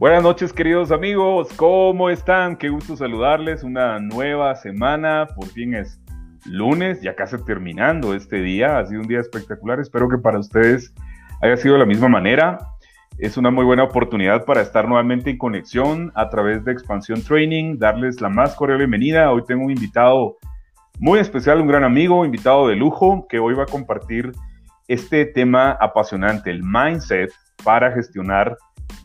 Buenas noches, queridos amigos, ¿cómo están? Qué gusto saludarles, una nueva semana, por fin es lunes, ya casi terminando este día, ha sido un día espectacular, espero que para ustedes haya sido de la misma manera. Es una muy buena oportunidad para estar nuevamente en conexión a través de Expansión Training, darles la más cordial bienvenida. Hoy tengo un invitado muy especial, un gran amigo, invitado de lujo, que hoy va a compartir este tema apasionante, el mindset para gestionar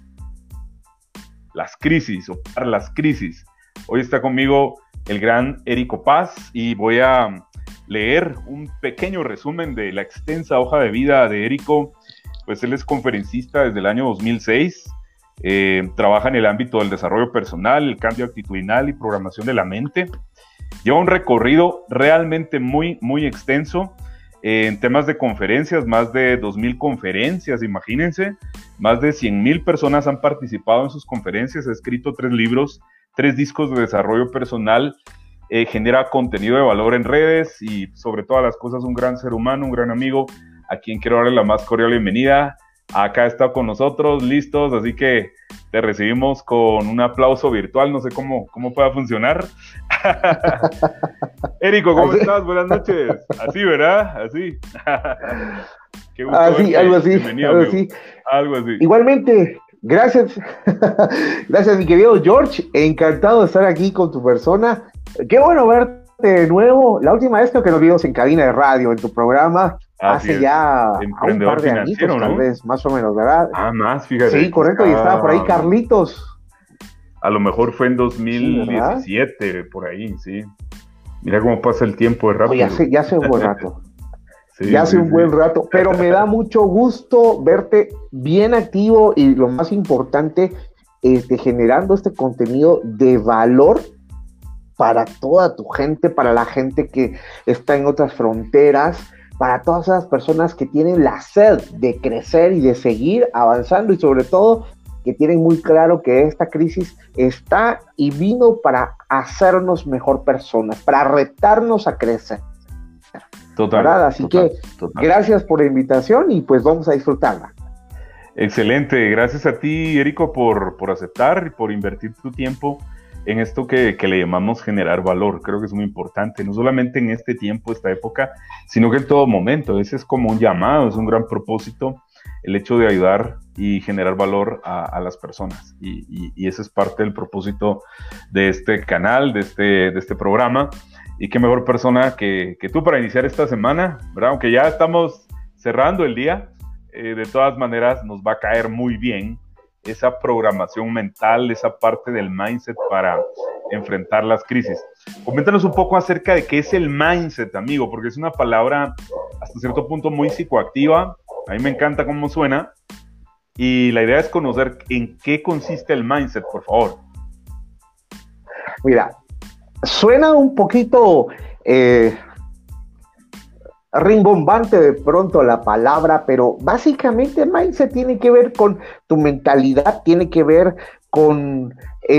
las crisis o para las crisis. Hoy está conmigo el gran Érico Paz y voy a leer un pequeño resumen de la extensa hoja de vida de Érico. Pues él es conferencista desde el año 2006, trabaja en el ámbito del desarrollo personal, el cambio actitudinal y programación de la mente. Lleva un recorrido realmente muy extenso en temas de conferencias, más de 2,000 conferencias, imagínense, más de 100,000 personas han participado en sus conferencias, ha escrito 3 libros, 3 discos de desarrollo personal, genera contenido de valor en redes y sobre todas las cosas un gran ser humano, un gran amigo, a quien quiero darle la más cordial bienvenida. Acá está con nosotros, listos, así que te recibimos con un aplauso virtual, no sé cómo pueda funcionar. Érico, ¿cómo estás? Buenas noches. Así, ¿verdad? Así. Qué gusto así, verte. algo así, Bienvenido, algo amigo. así. Algo así. Igualmente, gracias. Gracias, mi querido George. Encantado de estar aquí con tu persona. Qué bueno verte de nuevo. La última vez creo que nos vimos en cabina de radio, en tu programa, Así hace es. ya un par de Financiero, añitos, tal ¿no? vez, más o menos, ¿verdad? Más, fíjate. Sí, correcto, y estaba por ahí Carlitos. A lo mejor fue en Sí, 2017, por ahí, sí. Mira cómo pasa el tiempo de rápido. Ya hace un buen rato. Sí, ya hace un buen rato, pero me da mucho gusto verte bien activo y lo más importante, generando este contenido de valor para toda tu gente, para la gente que está en otras fronteras, para todas esas personas que tienen la sed de crecer y de seguir avanzando y sobre todo que tienen muy claro que esta crisis está y vino para hacernos mejor personas, para retarnos a crecer. Así que gracias por la invitación y pues vamos a disfrutarla. Excelente, gracias a ti, Érico, por aceptar y por invertir tu tiempo en esto que le llamamos generar valor. Creo que es muy importante, no solamente en este tiempo, esta época, sino que en todo momento. Ese es como un llamado, es un gran propósito, el hecho de ayudar y generar valor a las personas. Y ese es parte del propósito de este canal, de este programa. Y qué mejor persona que tú para iniciar esta semana, ¿verdad? Aunque ya estamos cerrando el día, de todas maneras nos va a caer muy bien esa programación mental, esa parte del mindset para enfrentar las crisis. Coméntanos un poco acerca de qué es el mindset, amigo, porque es una palabra hasta cierto punto muy psicoactiva. A mí me encanta cómo suena y la idea es conocer en qué consiste el mindset, por favor. Mira, suena un poquito rimbombante de pronto la palabra, pero básicamente mindset tiene que ver con tu mentalidad, tiene que ver con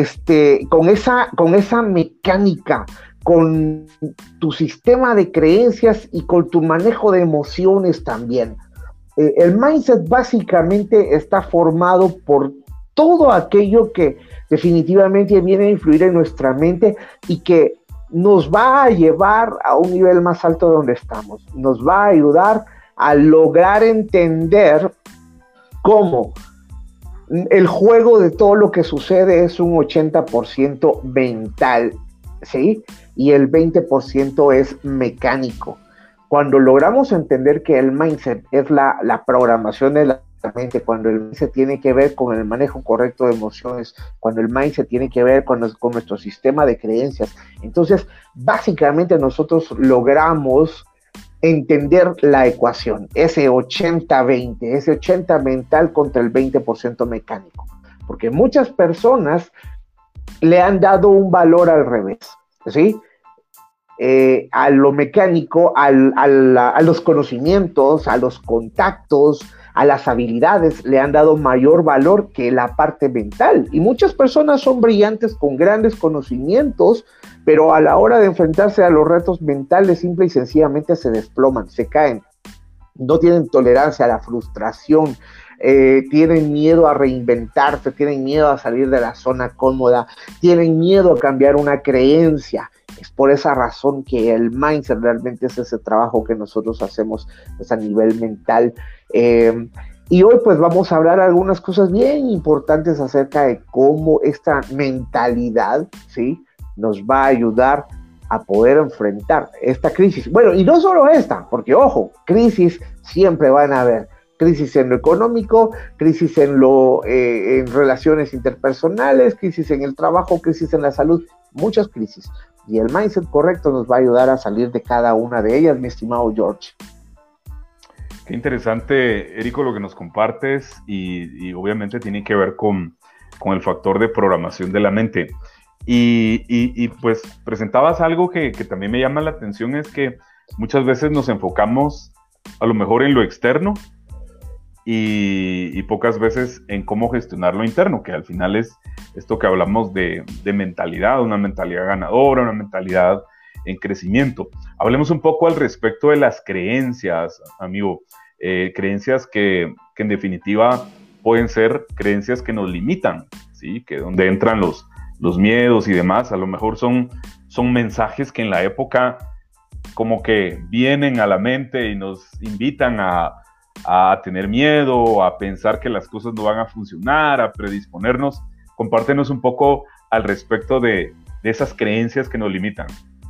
esa mecánica, con tu sistema de creencias y con tu manejo de emociones también. El mindset básicamente está formado por todo aquello que definitivamente viene a influir en nuestra mente y que nos va a llevar a un nivel más alto de donde estamos. Nos va a ayudar a lograr entender cómo el juego de todo lo que sucede es un 80% mental, ¿sí? Y el 20% es mecánico. Cuando logramos entender que el mindset es la programación de la mente, cuando el mindset tiene que ver con el manejo correcto de emociones, cuando el mindset tiene que ver con nuestro sistema de creencias, entonces básicamente nosotros logramos entender la ecuación, ese 80-20, ese 80 mental contra el 20% mecánico, porque muchas personas le han dado un valor al revés, ¿sí? A lo mecánico, a los conocimientos, a los contactos, a las habilidades le han dado mayor valor que la parte mental. Y muchas personas son brillantes con grandes conocimientos, pero a la hora de enfrentarse a los retos mentales, simple y sencillamente se desploman, se caen. No tienen tolerancia a la frustración, tienen miedo a reinventarse, tienen miedo a salir de la zona cómoda, tienen miedo a cambiar una creencia. Es por esa razón que el mindset realmente es ese trabajo que nosotros hacemos pues, a nivel mental. Y hoy pues vamos a hablar algunas cosas bien importantes acerca de cómo esta mentalidad, ¿sí?, nos va a ayudar a poder enfrentar esta crisis. Bueno, y no solo esta, porque ojo, crisis siempre van a haber. Crisis en lo económico, crisis en relaciones interpersonales, crisis en el trabajo, crisis en la salud, muchas crisis. Y el mindset correcto nos va a ayudar a salir de cada una de ellas, mi estimado George. Qué interesante, Érico, lo que nos compartes y obviamente tiene que ver con el factor de programación de la mente. Y pues presentabas algo que también me llama la atención, es que muchas veces nos enfocamos a lo mejor en lo externo y pocas veces en cómo gestionar lo interno, que al final es esto que hablamos de mentalidad, una mentalidad ganadora, una mentalidad en crecimiento. Hablemos un poco al respecto de las creencias, amigo, creencias que en definitiva pueden ser creencias que nos limitan, ¿sí? Que donde entran los miedos y demás, a lo mejor son mensajes que en la época como que vienen a la mente y nos invitan a tener miedo, a pensar que las cosas no van a funcionar, a predisponernos. Compártenos un poco al respecto de esas creencias que nos limitan.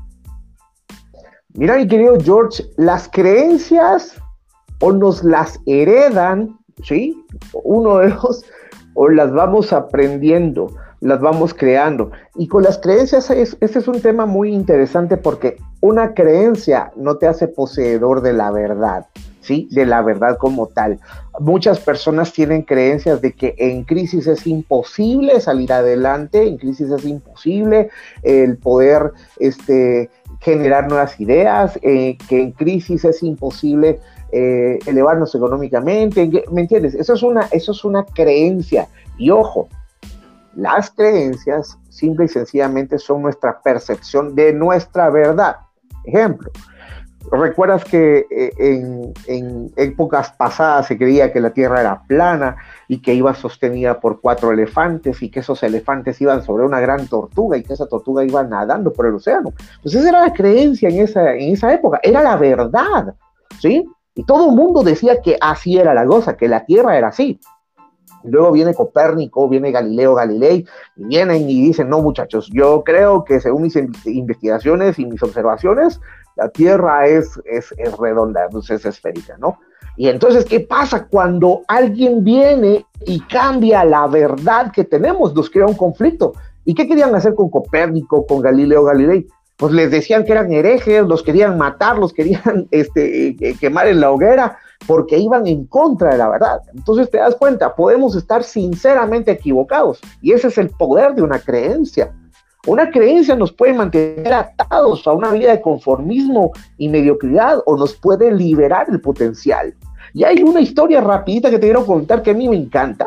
Mira, mi querido George, las creencias o nos las heredan, ¿sí? Uno de los, o las vamos aprendiendo, las vamos creando. Y con las creencias, este es un tema muy interesante porque una creencia no te hace poseedor de la verdad, ¿sí? De la verdad como tal. Muchas personas tienen creencias de que en crisis es imposible salir adelante, en crisis es imposible el poder generar nuevas ideas, que en crisis es imposible elevarnos económicamente, ¿me entiendes? Eso es una creencia. Y ojo, las creencias simple y sencillamente son nuestra percepción de nuestra verdad. Ejemplo, ¿recuerdas que en épocas pasadas se creía que la Tierra era plana y que iba sostenida por 4 elefantes y que esos elefantes iban sobre una gran tortuga y que esa tortuga iba nadando por el océano? Pues esa era la creencia en esa época, era la verdad, ¿sí? Y todo el mundo decía que así era la cosa, que la Tierra era así. Luego viene Copérnico, viene Galileo Galilei, y vienen y dicen, no muchachos, yo creo que según mis investigaciones y mis observaciones, la Tierra es redonda, pues es esférica, ¿no? Y entonces, ¿qué pasa cuando alguien viene y cambia la verdad que tenemos? Nos crea un conflicto. ¿Y qué querían hacer con Copérnico, con Galileo Galilei? Pues les decían que eran herejes, los querían matar, los querían quemar en la hoguera, porque iban en contra de la verdad. Entonces te das cuenta, podemos estar sinceramente equivocados, y ese es el poder de una creencia. Una creencia nos puede mantener atados a una vida de conformismo y mediocridad, o nos puede liberar el potencial. Y hay una historia rapidita que te quiero contar que a mí me encanta.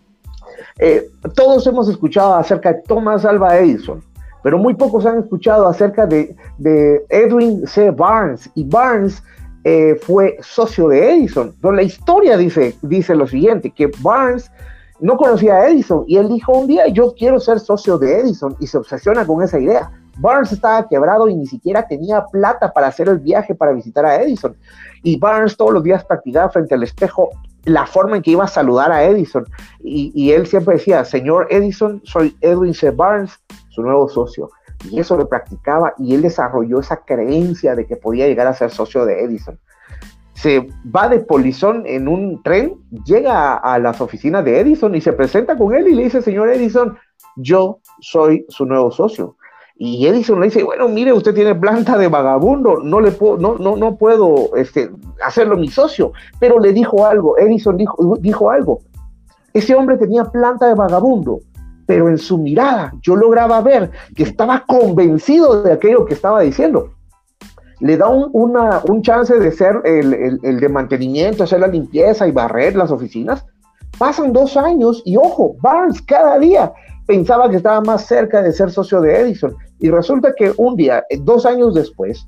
Todos hemos escuchado acerca de Thomas Alva Edison, pero muy pocos han escuchado acerca de Edwin C. Barnes, y Barnes fue socio de Edison. Entonces, la historia dice lo siguiente, que Barnes no conocía a Edison, y él dijo un día, yo quiero ser socio de Edison, y se obsesiona con esa idea. Barnes estaba quebrado y ni siquiera tenía plata para hacer el viaje para visitar a Edison, y Barnes todos los días practicaba frente al espejo la forma en que iba a saludar a Edison, y él siempre decía, señor Edison, soy Edwin C. Barnes, su nuevo socio. Y eso lo practicaba, y él desarrolló esa creencia de que podía llegar a ser socio de Edison. Se va de polizón en un tren, llega a las oficinas de Edison y se presenta con él y le dice, señor Edison, yo soy su nuevo socio. Y Edison le dice, bueno, mire, usted tiene planta de vagabundo, no puedo hacerlo mi socio. Pero le dijo algo, Edison dijo algo, ese hombre tenía planta de vagabundo, pero en su mirada yo lograba ver que estaba convencido de aquello que estaba diciendo. Le da un chance de ser el de mantenimiento, hacer la limpieza y barrer las oficinas. Pasan 2 años y ojo, Barnes cada día pensaba que estaba más cerca de ser socio de Edison. Y resulta que un día, 2 años después,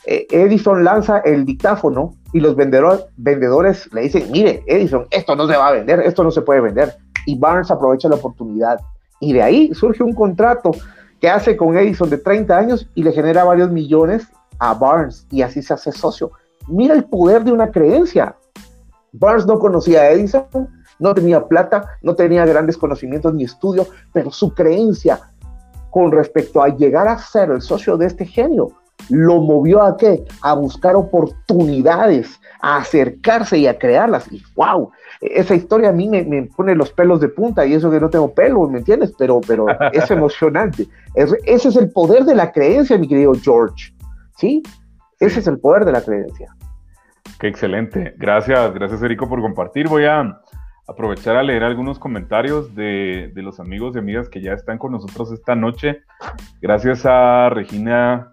Edison lanza el dictáfono y los vendedores le dicen, mire, Edison, esto no se va a vender, esto no se puede vender. Y Barnes aprovecha la oportunidad. Y de ahí surge un contrato que hace con Edison de 30 años y le genera varios millones a Barnes, y así se hace socio. Mira el poder de una creencia. Barnes no conocía a Edison, no tenía plata, no tenía grandes conocimientos ni estudio, pero su creencia con respecto a llegar a ser el socio de este genio lo movió ¿a qué? A buscar oportunidades, a acercarse y a crearlas. Y wow, esa historia a mí me pone los pelos de punta, y eso que no tengo pelo, ¿me entiendes? Pero es emocionante. Ese es el poder de la creencia, mi querido George. ¿Sí? Ese es el poder de la creencia. Qué excelente. Gracias Erico por compartir. Voy a aprovechar a leer algunos comentarios de los amigos y amigas que ya están con nosotros esta noche. Gracias a Regina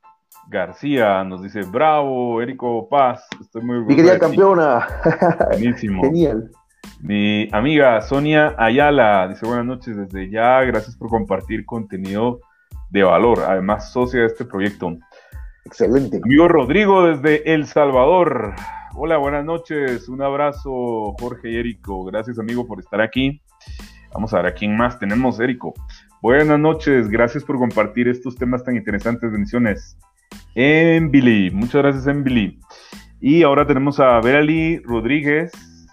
García, nos dice, bravo, Erico Paz, estoy muy orgulloso. Mi querida campeona. Buenísimo. Genial. Mi amiga Sonia Ayala dice, buenas noches desde ya, gracias por compartir contenido de valor, además socia de este proyecto. Excelente. Amigo Rodrigo desde El Salvador, hola, buenas noches, un abrazo Jorge y Erico, gracias amigo por estar aquí. Vamos a ver a quién más tenemos, Erico. Buenas noches, gracias por compartir estos temas tan interesantes, bendiciones. Emily, muchas gracias Emily. Y ahora tenemos a Verali Rodríguez.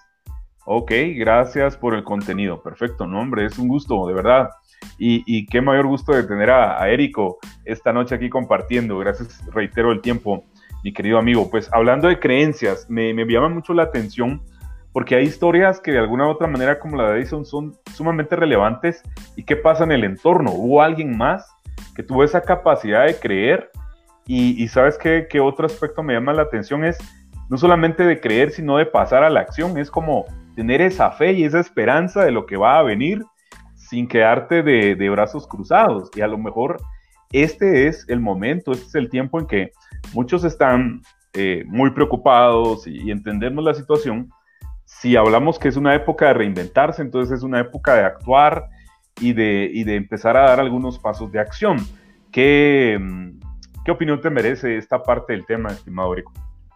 Ok, gracias por el contenido, perfecto, no hombre, es un gusto, de verdad. Y qué mayor gusto de tener a Erico esta noche aquí compartiendo, gracias, reitero el tiempo, mi querido amigo. Pues hablando de creencias, me llama mucho la atención porque hay historias que de alguna u otra manera como la de Edison son sumamente relevantes. ¿Y qué pasa en el entorno? ¿Hubo alguien más que tuvo esa capacidad de creer? Y ¿sabes qué otro aspecto me llama la atención? Es no solamente de creer, sino de pasar a la acción. Es como tener esa fe y esa esperanza de lo que va a venir sin quedarte de brazos cruzados. Y a lo mejor este es el momento, este es el tiempo en que muchos están muy preocupados y entendemos la situación. Si hablamos que es una época de reinventarse, entonces es una época de actuar y de empezar a dar algunos pasos de acción. ¿Qué opinión te merece esta parte del tema, estimado Erico?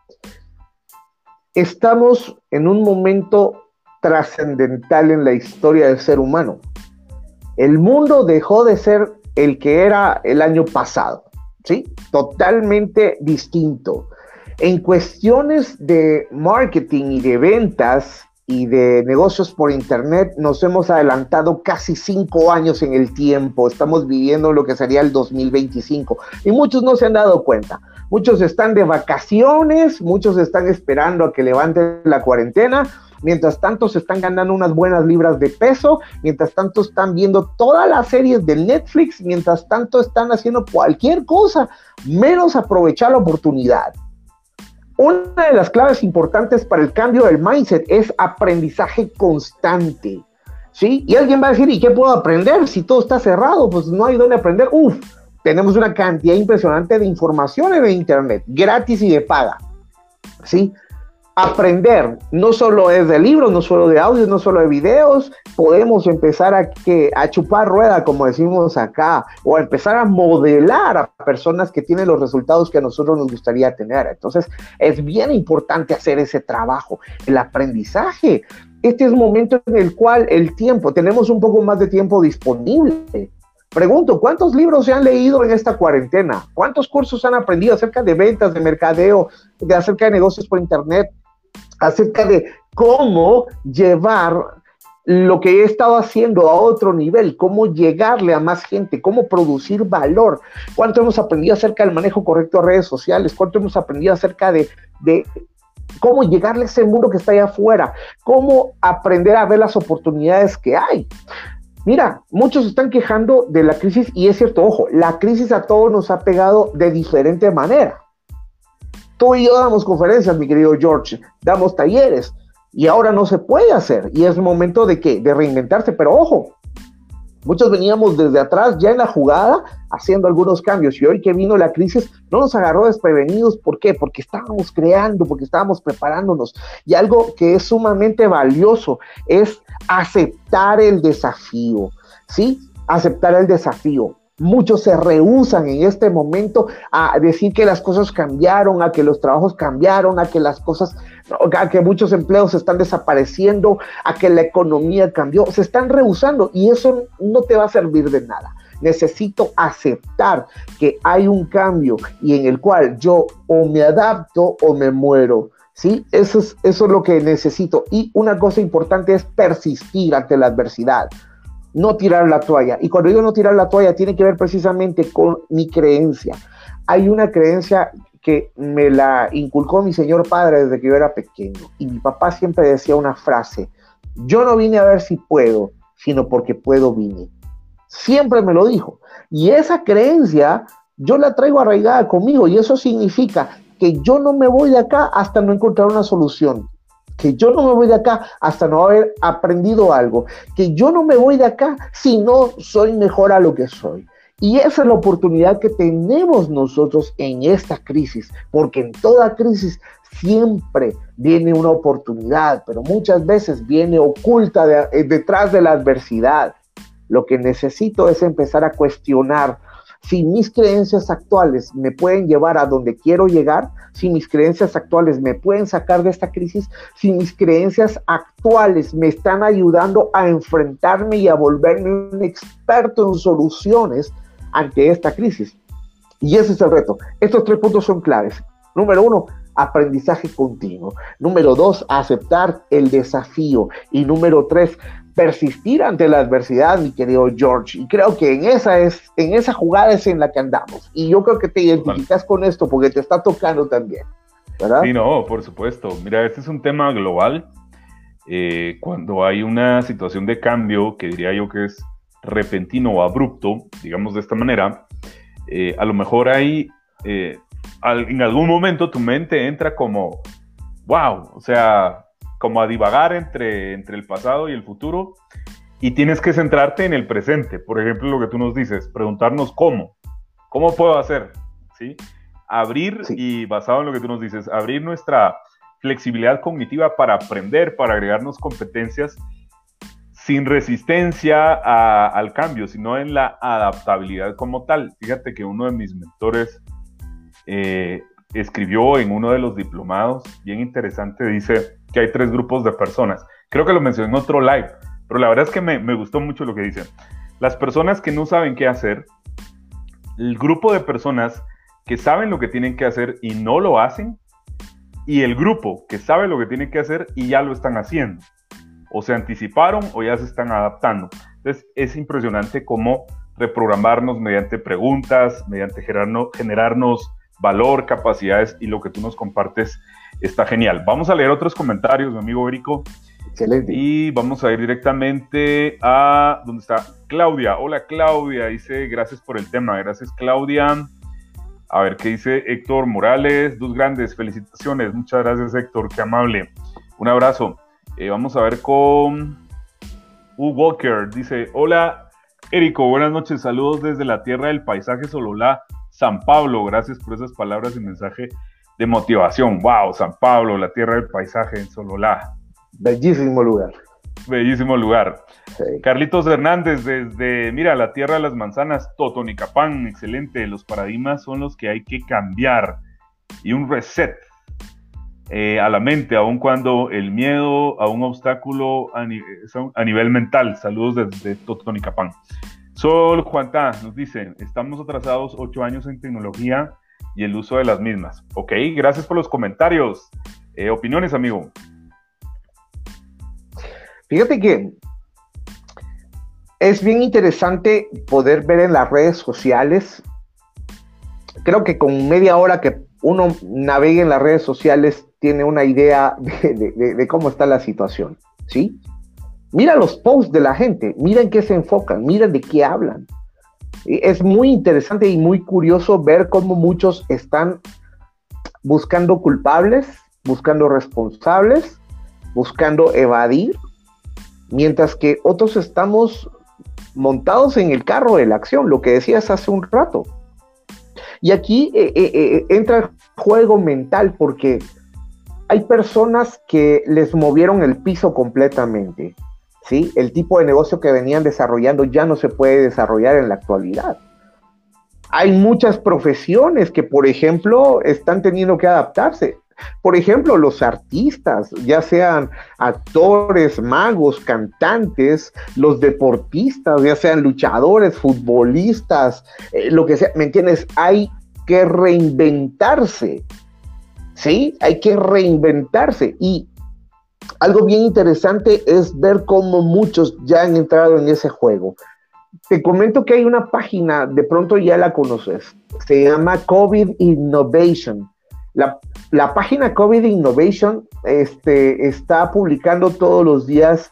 Estamos en un momento trascendental en la historia del ser humano. El mundo dejó de ser el que era el año pasado, ¿sí? Totalmente distinto. En cuestiones de marketing y de ventas y de negocios por internet, nos hemos adelantado casi 5 años en el tiempo. Estamos viviendo lo que sería el 2025 y muchos no se han dado cuenta. Muchos están de vacaciones, muchos están esperando a que levante la cuarentena. Mientras tanto se están ganando unas buenas libras de peso, mientras tanto están viendo todas las series de Netflix, mientras tanto están haciendo cualquier cosa, menos aprovechar la oportunidad. Una de las claves importantes para el cambio del mindset es aprendizaje constante, ¿sí? Y alguien va a decir, ¿y qué puedo aprender si todo está cerrado? Pues no hay dónde aprender. Tenemos una cantidad impresionante de información en el internet, gratis y de paga, ¿sí? Aprender no solo es de libros, no solo de audios, no solo de videos. Podemos empezar a chupar rueda, como decimos acá, o a empezar a modelar a personas que tienen los resultados que a nosotros nos gustaría tener. Entonces, es bien importante hacer ese trabajo, el aprendizaje. Este es un momento en el cual tenemos un poco más de tiempo disponible. Pregunto, ¿cuántos libros se han leído en esta cuarentena? ¿Cuántos cursos han aprendido acerca de ventas, de mercadeo, acerca de negocios por internet? Acerca de cómo llevar lo que he estado haciendo a otro nivel, cómo llegarle a más gente, cómo producir valor. ¿Cuánto hemos aprendido acerca del manejo correcto de redes sociales? ¿Cuánto hemos aprendido acerca de cómo llegarle a ese mundo que está allá afuera? ¿Cómo aprender a ver las oportunidades que hay? Mira, muchos están quejando de la crisis y es cierto, ojo, la crisis a todos nos ha pegado de diferente manera. Tú y yo damos conferencias, mi querido George, damos talleres y ahora no se puede hacer y es momento de ¿qué? De reinventarse, pero ojo, muchos veníamos desde atrás ya en la jugada haciendo algunos cambios y hoy que vino la crisis no nos agarró desprevenidos. ¿Por qué? Porque estábamos creando, porque estábamos preparándonos y algo que es sumamente valioso es aceptar el desafío, ¿sí? Aceptar el desafío. Muchos se rehúsan en este momento a decir que las cosas cambiaron, a que los trabajos cambiaron, a que muchos empleos están desapareciendo, a que la economía cambió. Se están rehusando y eso no te va a servir de nada. Necesito aceptar que hay un cambio y en el cual yo o me adapto o me muero. ¿Sí? Eso es lo que necesito. Y una cosa importante es persistir ante la adversidad. No tirar la toalla. Y cuando digo no tirar la toalla, tiene que ver precisamente con mi creencia. Hay una creencia que me la inculcó mi señor padre desde que yo era pequeño. Y mi papá siempre decía una frase: yo no vine a ver si puedo, sino porque puedo vine. Siempre me lo dijo. Y esa creencia yo la traigo arraigada conmigo. Y eso significa que yo no me voy de acá hasta no encontrar una solución. Que yo no me voy de acá hasta no haber aprendido algo, que yo no me voy de acá si no soy mejor a lo que soy. Y esa es la oportunidad que tenemos nosotros en esta crisis, porque en toda crisis siempre viene una oportunidad, pero muchas veces viene oculta detrás de la adversidad. Lo que necesito es empezar a cuestionar si mis creencias actuales me pueden llevar a donde quiero llegar, si mis creencias actuales me pueden sacar de esta crisis, si mis creencias actuales me están ayudando a enfrentarme y a volverme un experto en soluciones ante esta crisis. Y ese es el reto. Estos 3 puntos son claves. Número 1, aprendizaje continuo. Número 2, aceptar el desafío. Y número 3, persistir ante la adversidad, mi querido George. Y creo que en esa jugada es en la que andamos. Y yo creo que te identificas con esto porque te está tocando también, ¿verdad? Sí, no, por supuesto. Mira, este es un tema global. Cuando hay una situación de cambio, que diría yo que es repentino o abrupto, digamos de esta manera, a lo mejor hay, en algún momento tu mente entra como, wow, o sea, como a divagar entre el pasado y el futuro, y tienes que centrarte en el presente. Por ejemplo, lo que tú nos dices, preguntarnos cómo puedo hacer, ¿sí? Abrir, sí. Y basado en lo que tú nos dices, abrir nuestra flexibilidad cognitiva para aprender, para agregarnos competencias sin resistencia al cambio, sino en la adaptabilidad como tal. Fíjate que uno de mis mentores escribió en uno de los diplomados, bien interesante, dice que hay 3 grupos de personas. Creo que lo mencioné en otro live, pero la verdad es que me gustó mucho lo que dice. Las personas que no saben qué hacer, el grupo de personas que saben lo que tienen que hacer y no lo hacen, y el grupo que sabe lo que tienen que hacer y ya lo están haciendo. O se anticiparon o ya se están adaptando. Entonces es impresionante cómo reprogramarnos mediante preguntas, mediante generarnos valor, capacidades, y lo que tú nos compartes está genial. Vamos a leer otros comentarios, mi amigo Érico. Excelente. Y vamos a ir directamente a ¿dónde está? Claudia. Hola Claudia, dice gracias por el tema. Gracias Claudia. A ver qué dice Héctor Morales. 2 grandes, felicitaciones. Muchas gracias Héctor, qué amable. Un abrazo. Vamos a ver con Walker. Dice, hola Érico, buenas noches, saludos desde la tierra del paisaje Sololá, San Pablo. Gracias por esas palabras y mensaje de motivación. Wow, San Pablo, la tierra del paisaje en Sololá. Bellísimo lugar. Bellísimo lugar. Sí. Carlitos Hernández desde, mira, la tierra de las manzanas, Totonicapán, excelente. Los paradigmas son los que hay que cambiar. Y un reset a la mente, aun cuando el miedo a un obstáculo a nivel mental. Saludos desde Totonicapán. Sol Juantá nos dice, estamos atrasados 8 años en tecnología y el uso de las mismas. Ok, gracias por los comentarios. Opiniones, amigo. Fíjate que es bien interesante poder ver en las redes sociales. Creo que con media hora que uno navegue en las redes sociales tiene una idea de cómo está la situación, ¿sí? Mira los posts de la gente, mira en qué se enfocan, mira de qué hablan. Es muy interesante y muy curioso ver cómo muchos están buscando culpables, buscando responsables, buscando evadir, mientras que otros estamos montados en el carro de la acción, lo que decías hace un rato. Y aquí entra el juego mental, porque hay personas que les movieron el piso completamente, ¿sí? El tipo de negocio que venían desarrollando ya no se puede desarrollar en la actualidad. Hay muchas profesiones que, por ejemplo, están teniendo que adaptarse. Por ejemplo, los artistas, ya sean actores, magos, cantantes, los deportistas, ya sean luchadores, futbolistas, lo que sea, ¿me entiendes? Hay que reinventarse, ¿sí? Hay que reinventarse. Y algo bien interesante es ver cómo muchos ya han entrado en ese juego. Te comento que hay una página, de pronto ya la conoces, se llama COVID Innovation. La página COVID Innovation está publicando todos los días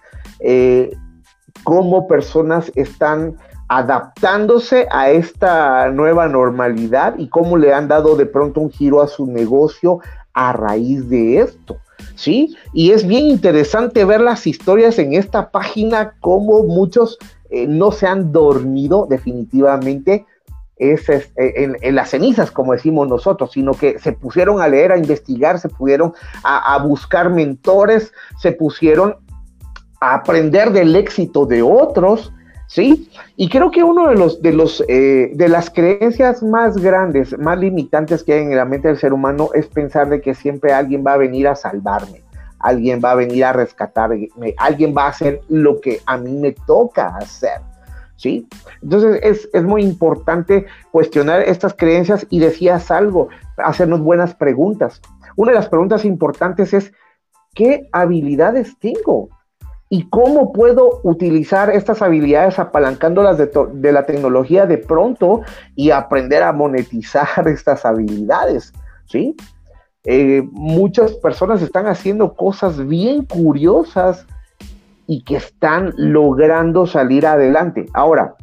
cómo personas están adaptándose a esta nueva normalidad y cómo le han dado de pronto un giro a su negocio a raíz de esto, ¿sí? Y es bien interesante ver las historias en esta página, cómo muchos no se han dormido definitivamente en las cenizas, como decimos nosotros, sino que se pusieron a leer, a investigar, se pusieron a buscar mentores, se pusieron a aprender del éxito de otros, ¿sí? Y creo que uno de las creencias más grandes, más limitantes que hay en la mente del ser humano es pensar de que siempre alguien va a venir a salvarme, alguien va a venir a rescatarme, alguien va a hacer lo que a mí me toca hacer, ¿sí? Entonces es muy importante cuestionar estas creencias y decías algo, hacernos buenas preguntas. Una de las preguntas importantes es, ¿qué habilidades tengo? ¿Y cómo puedo utilizar estas habilidades apalancándolas de la tecnología de pronto y aprender a monetizar estas habilidades? ¿Sí? Muchas personas están haciendo cosas bien curiosas y que están logrando salir adelante. Ahora,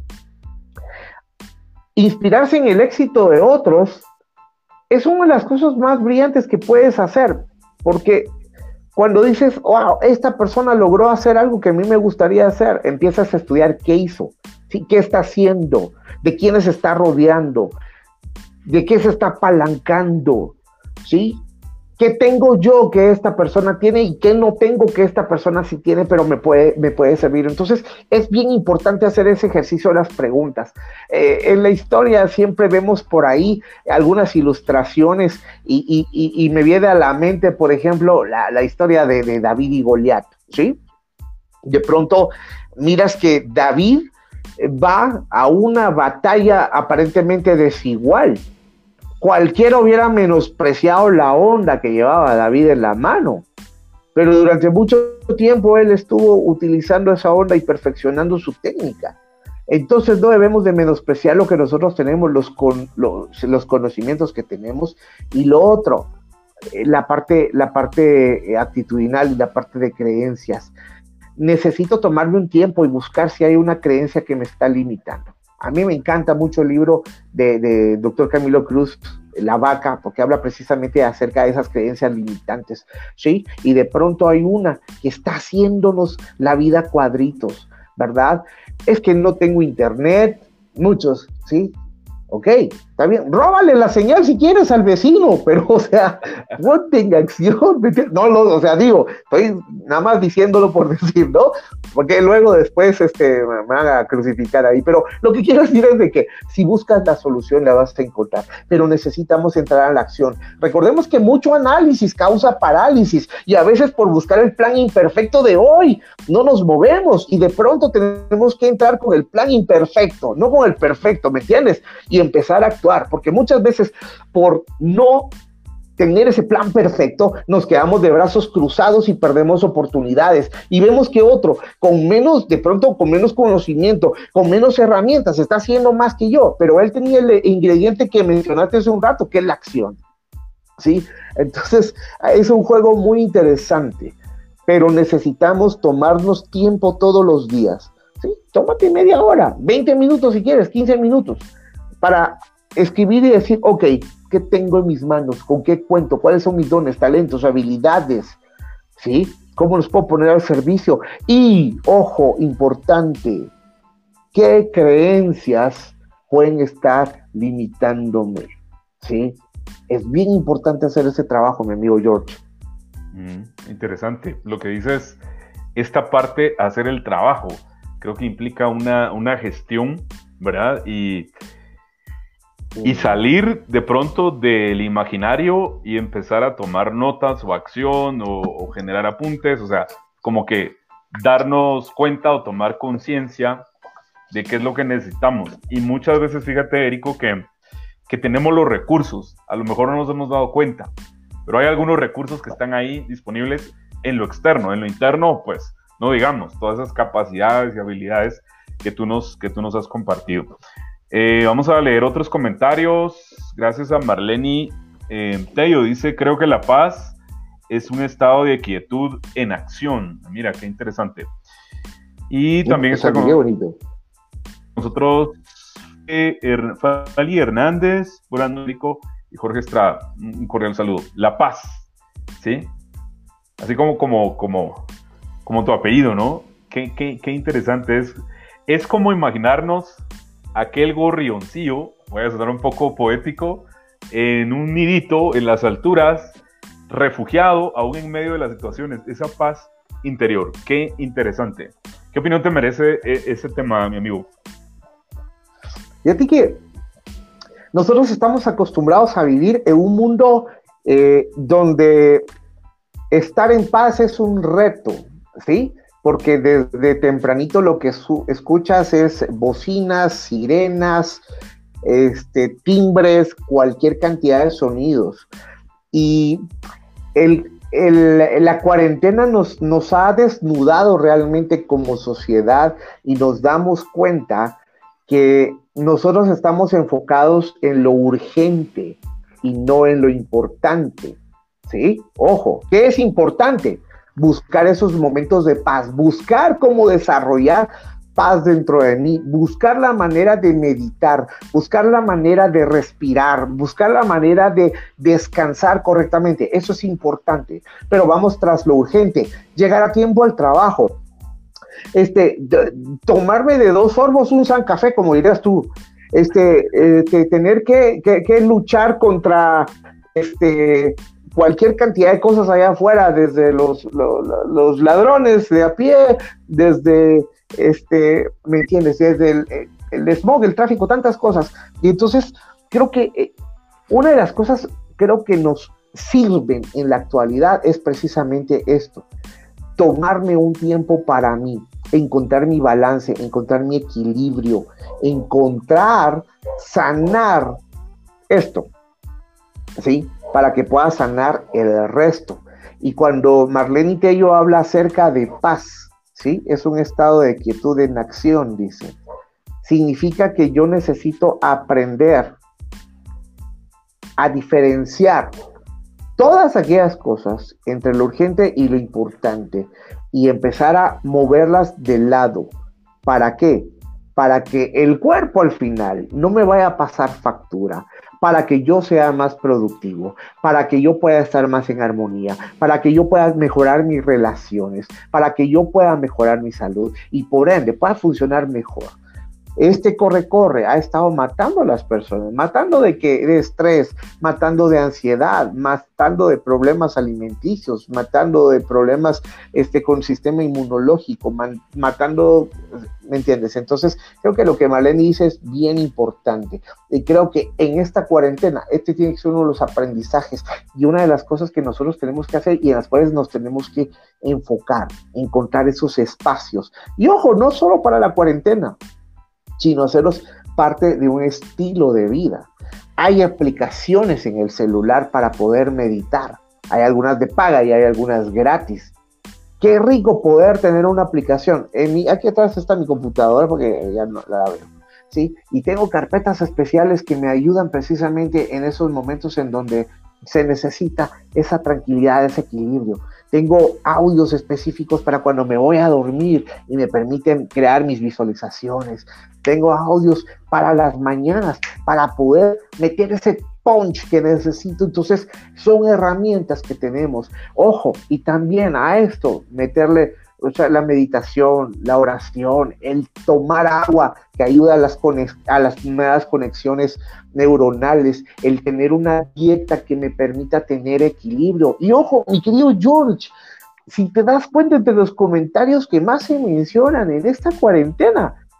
inspirarse en el éxito de otros es una de las cosas más brillantes que puedes hacer, porque cuando dices, wow, esta persona logró hacer algo que a mí me gustaría hacer, empiezas a estudiar qué hizo, ¿sí? ¿Qué está haciendo? ¿De quiénes se está rodeando? ¿De qué se está apalancando? ¿Sí? ¿Qué tengo yo que esta persona tiene y qué no tengo que esta persona sí tiene, pero me puede servir? Entonces, es bien importante hacer ese ejercicio de las preguntas. En la historia siempre vemos por ahí algunas ilustraciones y me viene a la mente, por ejemplo, la historia de David y Goliat, ¿sí? De pronto miras que David va a una batalla aparentemente desigual. Cualquiera hubiera menospreciado la onda que llevaba David en la mano, pero durante mucho tiempo él estuvo utilizando esa onda y perfeccionando su técnica. Entonces no debemos de menospreciar lo que nosotros tenemos, los conocimientos que tenemos, y lo otro, la parte actitudinal y la parte de creencias. Necesito tomarme un tiempo y buscar si hay una creencia que me está limitando. A mí me encanta mucho el libro de Dr. Camilo Cruz, La Vaca, porque habla precisamente acerca de esas creencias limitantes, ¿sí? Y de pronto hay una que está haciéndonos la vida cuadritos, ¿verdad? Es que no tengo internet, muchos, ¿sí? Ok, está bien, róbale la señal si quieres al vecino, pero, o sea, ponte en acción. No, o sea, digo, estoy nada más diciéndolo por decir, ¿no? Porque luego después me van a crucificar ahí, pero lo que quiero decir es de que si buscas la solución la vas a encontrar, pero necesitamos entrar a la acción. Recordemos que mucho análisis causa parálisis y a veces por buscar el plan imperfecto de hoy no nos movemos y de pronto tenemos que entrar con el plan imperfecto, no con el perfecto, ¿me entiendes? Y empezar a actuar, porque muchas veces por no tener ese plan perfecto, nos quedamos de brazos cruzados y perdemos oportunidades y vemos que otro con menos, de pronto con menos conocimiento, con menos herramientas, está haciendo más que yo, pero él tenía el ingrediente que mencionaste hace un rato, que es la acción, ¿sí? Entonces es un juego muy interesante, pero necesitamos tomarnos tiempo todos los días, ¿sí? Tómate media hora, 20 minutos si quieres, 15 minutos, para escribir y decir, ok, ¿qué tengo en mis manos? ¿Con qué cuento? ¿Cuáles son mis dones, talentos, habilidades? ¿Sí? ¿Cómo los puedo poner al servicio? Y, ojo, importante, ¿qué creencias pueden estar limitándome? ¿Sí? Es bien importante hacer ese trabajo, mi amigo George. Interesante. Lo que dices, esta parte, hacer el trabajo, creo que implica una gestión, ¿verdad? Y y salir de pronto del imaginario y empezar a tomar notas o acción o generar apuntes, o sea, como que darnos cuenta o tomar conciencia de qué es lo que necesitamos. Y muchas veces, fíjate, Érico, que tenemos los recursos, a lo mejor no nos hemos dado cuenta, pero hay algunos recursos que están ahí disponibles en lo externo. En lo interno, pues, no digamos, todas esas capacidades y habilidades que tú nos has compartido. Vamos a leer otros comentarios. Gracias a Marlene Tello. Dice, creo que la paz es un estado de quietud en acción. Mira, qué interesante. Y también está con nosotros Fali Hernández, Brando Rico y Jorge Estrada. Un cordial saludo. La paz, ¿sí? Así como tu apellido, ¿no? Qué interesante es. Es como imaginarnos aquel gorrioncillo, voy a sonar un poco poético, en un nidito en las alturas, refugiado aún en medio de las situaciones, esa paz interior. Qué interesante. ¿Qué opinión te merece ese tema, mi amigo? Y a ti que nosotros estamos acostumbrados a vivir en un mundo donde estar en paz es un reto, ¿sí? Porque desde tempranito lo que escuchas es bocinas, sirenas, timbres, cualquier cantidad de sonidos. Y la cuarentena nos ha desnudado realmente como sociedad y nos damos cuenta que nosotros estamos enfocados en lo urgente y no en lo importante, ¿sí? Ojo, ¿qué es importante? Buscar esos momentos de paz, buscar cómo desarrollar paz dentro de mí, buscar la manera de meditar, buscar la manera de respirar, buscar la manera de descansar correctamente. Eso es importante, pero vamos tras lo urgente, llegar a tiempo al trabajo, tomarme de 2 sorbos un San Café, como dirías tú, tener que luchar contra cualquier cantidad de cosas allá afuera, desde los ladrones de a pie, desde, ¿me entiendes? Desde el smog, el tráfico, tantas cosas. Y entonces, creo que una de las cosas, creo que nos sirven en la actualidad es precisamente esto, tomarme un tiempo para mí, encontrar mi balance, encontrar mi equilibrio, sanar esto, ¿sí? Para que pueda sanar el resto. Y cuando Marlene Tello habla acerca de paz, ¿sí? Es un estado de quietud en acción, dice. Significa que yo necesito aprender a diferenciar todas aquellas cosas entre lo urgente y lo importante y empezar a moverlas de lado. ¿Para qué? Para que el cuerpo al final no me vaya a pasar factura, para que yo sea más productivo, para que yo pueda estar más en armonía, para que yo pueda mejorar mis relaciones, para que yo pueda mejorar mi salud y por ende pueda funcionar mejor. Corre ha estado matando a las personas, matando de estrés, matando de ansiedad, matando de problemas alimenticios, matando de problemas con sistema inmunológico, matando, ¿me entiendes? Entonces, creo que lo que Marlene dice es bien importante. Y creo que en esta cuarentena, tiene que ser uno de los aprendizajes y una de las cosas que nosotros tenemos que hacer y en las cuales nos tenemos que enfocar, encontrar esos espacios. Y ojo, no solo para la cuarentena, sino hacerlos parte de un estilo de vida. Hay aplicaciones en el celular para poder meditar. Hay algunas de paga y hay algunas gratis. Qué rico poder tener una aplicación. Aquí atrás está mi computadora porque ya no la veo, ¿sí? Y tengo carpetas especiales que me ayudan precisamente en esos momentos en donde se necesita esa tranquilidad, ese equilibrio. Tengo audios específicos para cuando me voy a dormir y me permiten crear mis visualizaciones. Tengo audios para las mañanas, para poder meter ese punch que necesito. Entonces, son herramientas que tenemos. Ojo, y también a esto, meterle la meditación, la oración, el tomar agua que ayuda a las nuevas conexiones neuronales, el tener una dieta que me permita tener equilibrio. Y ojo, mi querido George, si te das cuenta de los comentarios que más se mencionan en esta cuarentena,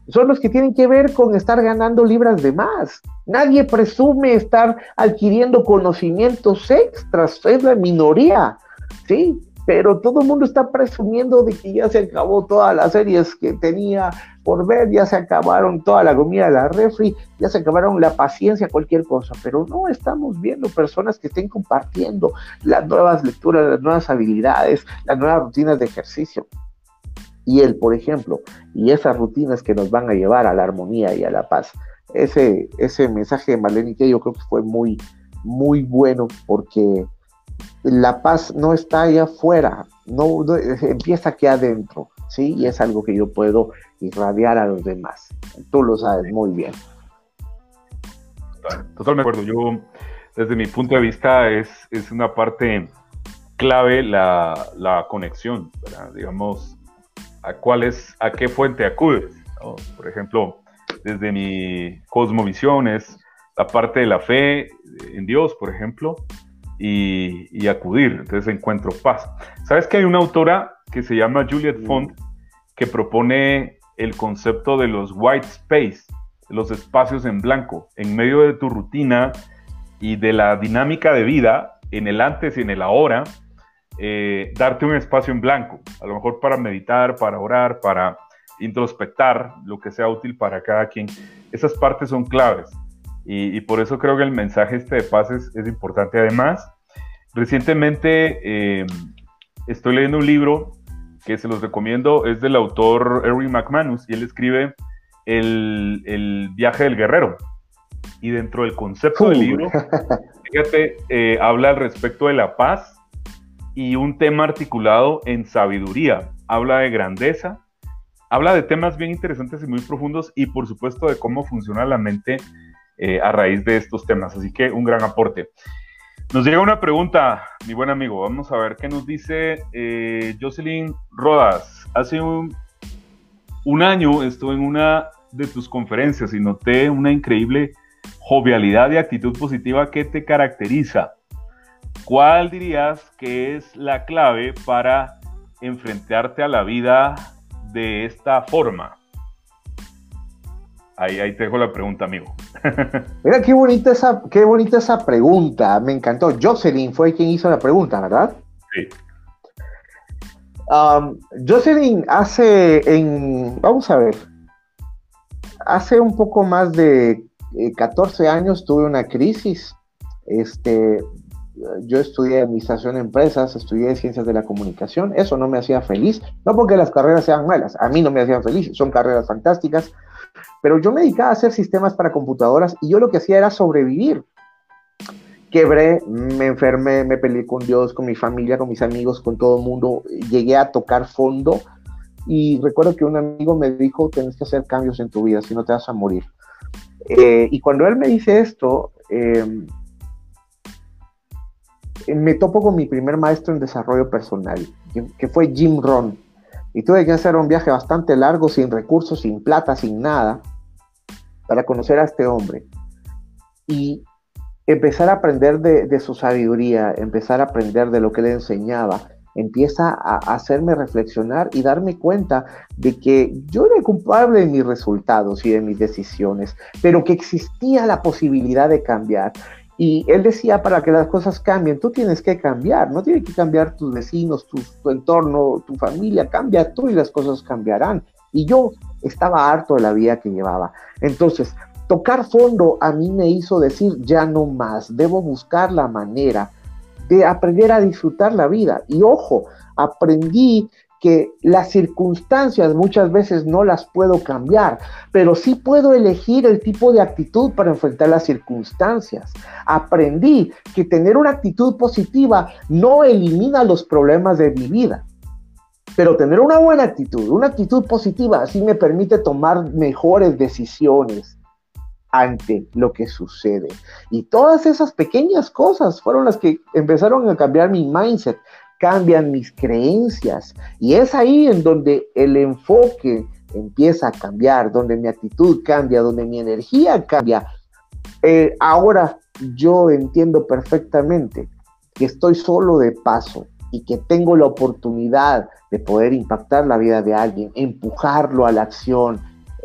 son los que tienen que ver con estar ganando libras de más. Nadie presume estar adquiriendo conocimientos extras, es la minoría, ¿sí? Pero todo el mundo está presumiendo de que ya se acabó todas las series que tenía por ver, ya se acabaron toda la comida de la refri, ya se acabaron la paciencia, cualquier cosa, pero no estamos viendo personas que estén compartiendo las nuevas lecturas, las nuevas habilidades, las nuevas rutinas de ejercicio. Y él, por ejemplo, y esas rutinas que nos van a llevar a la armonía y a la paz. Ese mensaje de Marlene que yo creo que fue muy, muy bueno, porque la paz no está allá afuera, no, empieza aquí adentro, ¿sí? Y es algo que yo puedo irradiar a los demás. Tú lo sabes muy bien. Totalmente de acuerdo. Yo, desde mi punto de vista, es una parte clave la conexión, ¿verdad? Digamos, a qué fuente acudes, ¿no? Por ejemplo, desde mi cosmovisión es la parte de la fe en Dios, por ejemplo, y acudir, entonces encuentro paz. ¿Sabes que hay una autora que se llama Juliette Font que propone el concepto de los white space, los espacios en blanco, en medio de tu rutina y de la dinámica de vida, en el antes y en el ahora, darte un espacio en blanco, a lo mejor para meditar, para orar, para introspectar, lo que sea útil para cada quien. Esas partes son claves y por eso creo que el mensaje de paz es importante. Además, recientemente estoy leyendo un libro que se los recomiendo, es del autor Erwin McManus, y él escribe el viaje del guerrero, y dentro del concepto del libro, fíjate, habla al respecto de la paz y un tema articulado en sabiduría, habla de grandeza, habla de temas bien interesantes y muy profundos, y por supuesto de cómo funciona la mente a raíz de estos temas, así que un gran aporte. Nos llega una pregunta, mi buen amigo, vamos a ver qué nos dice Jocelyn Rodas. Hace un año estuve en una de tus conferencias y noté una increíble jovialidad y actitud positiva que te caracteriza. ¿Cuál dirías que es la clave para enfrentarte a la vida de esta forma? Ahí te dejo la pregunta, amigo. Mira, qué bonita esa pregunta, me encantó. Jocelyn fue quien hizo la pregunta, ¿verdad? Sí. Jocelyn vamos a ver, hace un poco más de 14 años tuve una crisis. Yo estudié administración de empresas, estudié ciencias de la comunicación, eso no me hacía feliz, no porque las carreras sean malas, a mí no me hacían feliz, son carreras fantásticas, pero yo me dedicaba a hacer sistemas para computadoras y yo lo que hacía era sobrevivir. Quebré, me enfermé, me peleé con Dios, con mi familia, con mis amigos, con todo el mundo, llegué a tocar fondo y recuerdo que un amigo me dijo, tienes que hacer cambios en tu vida, si no te vas a morir. Y cuando él me dice esto, me topo con mi primer maestro en desarrollo personal, que fue Jim Rohn, y tuve que hacer un viaje bastante largo, sin recursos, sin plata, sin nada, para conocer a este hombre, y empezar a aprender de su sabiduría, empezar a aprender de lo que le enseñaba, empieza a hacerme reflexionar y darme cuenta de que yo era culpable de mis resultados y de mis decisiones, pero que existía la posibilidad de cambiar. Y él decía, para que las cosas cambien, tú tienes que cambiar, no tiene que cambiar tus vecinos, tu entorno, tu familia, cambia tú y las cosas cambiarán. Y yo estaba harto de la vida que llevaba. Entonces, tocar fondo a mí me hizo decir, ya no más, debo buscar la manera de aprender a disfrutar la vida. Y ojo, aprendí que las circunstancias muchas veces no las puedo cambiar, pero sí puedo elegir el tipo de actitud para enfrentar las circunstancias. Aprendí que tener una actitud positiva no elimina los problemas de mi vida, pero tener una buena actitud, una actitud positiva, sí me permite tomar mejores decisiones ante lo que sucede. Y todas esas pequeñas cosas fueron las que empezaron a cambiar mi mindset, cambian mis creencias, y es ahí en donde el enfoque empieza a cambiar, donde mi actitud cambia, donde mi energía cambia. Ahora yo entiendo perfectamente que estoy solo de paso y que tengo la oportunidad de poder impactar la vida de alguien, empujarlo a la acción,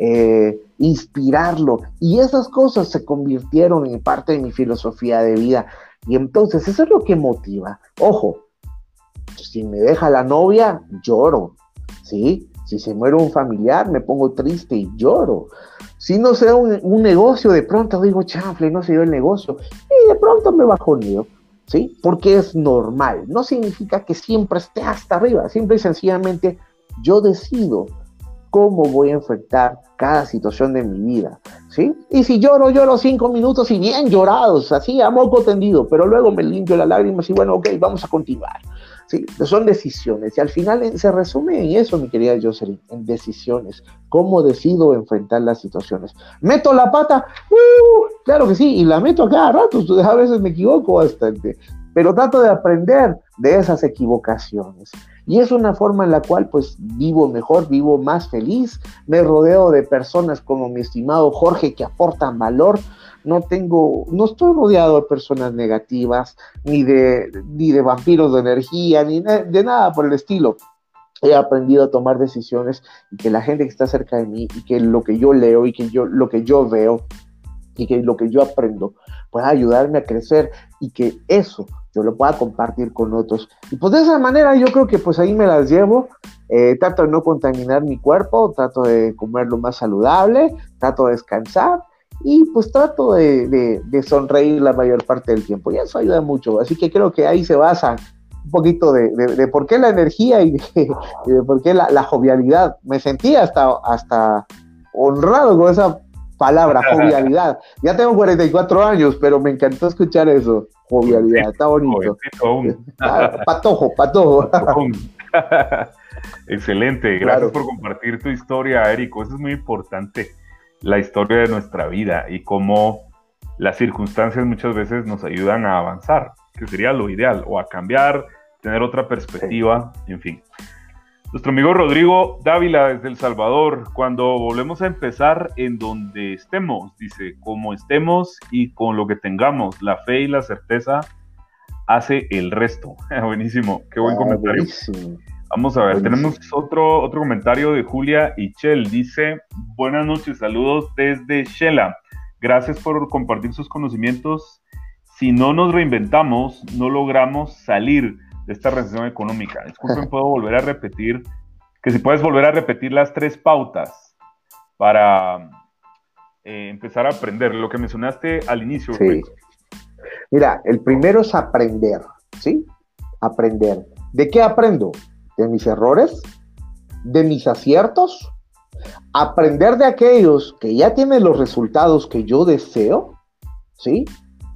inspirarlo, y esas cosas se convirtieron en parte de mi filosofía de vida, y entonces eso es lo que motiva. Ojo, si me deja la novia, lloro, ¿sí? Si se muere un familiar, me pongo triste y lloro. Si no se da un negocio, de pronto digo, chanfle, no se dio el negocio, y de pronto me bajoneo, ¿sí? Porque es normal, no significa que siempre esté hasta arriba, simple y sencillamente yo decido cómo voy a enfrentar cada situación de mi vida, ¿sí? Y si lloro, lloro 5 minutos y bien llorados, así a moco tendido, pero luego me limpio las lágrimas y bueno, ok, vamos a continuar, ¿sí? Son decisiones y al final se resume en eso, mi querida Jocelyn, en decisiones, cómo decido enfrentar las situaciones. ¿Meto la pata? Claro que sí, y la meto a cada rato, a veces me equivoco bastante, pero trato de aprender de esas equivocaciones. Y es una forma en la cual pues vivo mejor, vivo más feliz, me rodeo de personas como mi estimado Jorge que aportan valor, no estoy rodeado de personas negativas, ni de vampiros de energía, ni de nada por el estilo. He aprendido a tomar decisiones y que la gente que está cerca de mí y que lo que yo leo y que lo que yo veo y que lo que yo aprendo pueda ayudarme a crecer y que eso yo lo pueda compartir con otros. Y pues de esa manera yo creo que pues ahí me las llevo. Trato de no contaminar mi cuerpo, trato de comer lo más saludable, trato de descansar y pues trato de sonreír la mayor parte del tiempo. Y eso ayuda mucho. Así que creo que ahí se basa un poquito de por qué la energía y de por qué la jovialidad. Me sentí hasta honrado con esa palabra, jovialidad. Ya tengo 44 años, pero me encantó escuchar eso. Jovialidad, está bonito. Patojo. Excelente, gracias por compartir tu historia, Érico. Eso es muy importante, la historia de nuestra vida y cómo las circunstancias muchas veces nos ayudan a avanzar, que sería lo ideal, o a cambiar, tener otra perspectiva, en fin. Nuestro amigo Rodrigo Dávila desde El Salvador, cuando volvemos a empezar en donde estemos, dice, como estemos y con lo que tengamos, la fe y la certeza hace el resto. Buenísimo, qué buen comentario. Buenísimo. Vamos a ver, Buenísimo. Tenemos otro comentario de Julia Ichel, dice, buenas noches, saludos desde Shela, gracias por compartir sus conocimientos. Si no nos reinventamos, no logramos salir de esta recesión económica. Disculpen, puedo volver a repetir, que si puedes volver a repetir las 3 pautas para empezar a aprender, lo que mencionaste al inicio. Sí. Mira, el primero es aprender, ¿sí? Aprender. ¿De qué aprendo? ¿De mis errores? ¿De mis aciertos? Aprender de aquellos que ya tienen los resultados que yo deseo, ¿sí?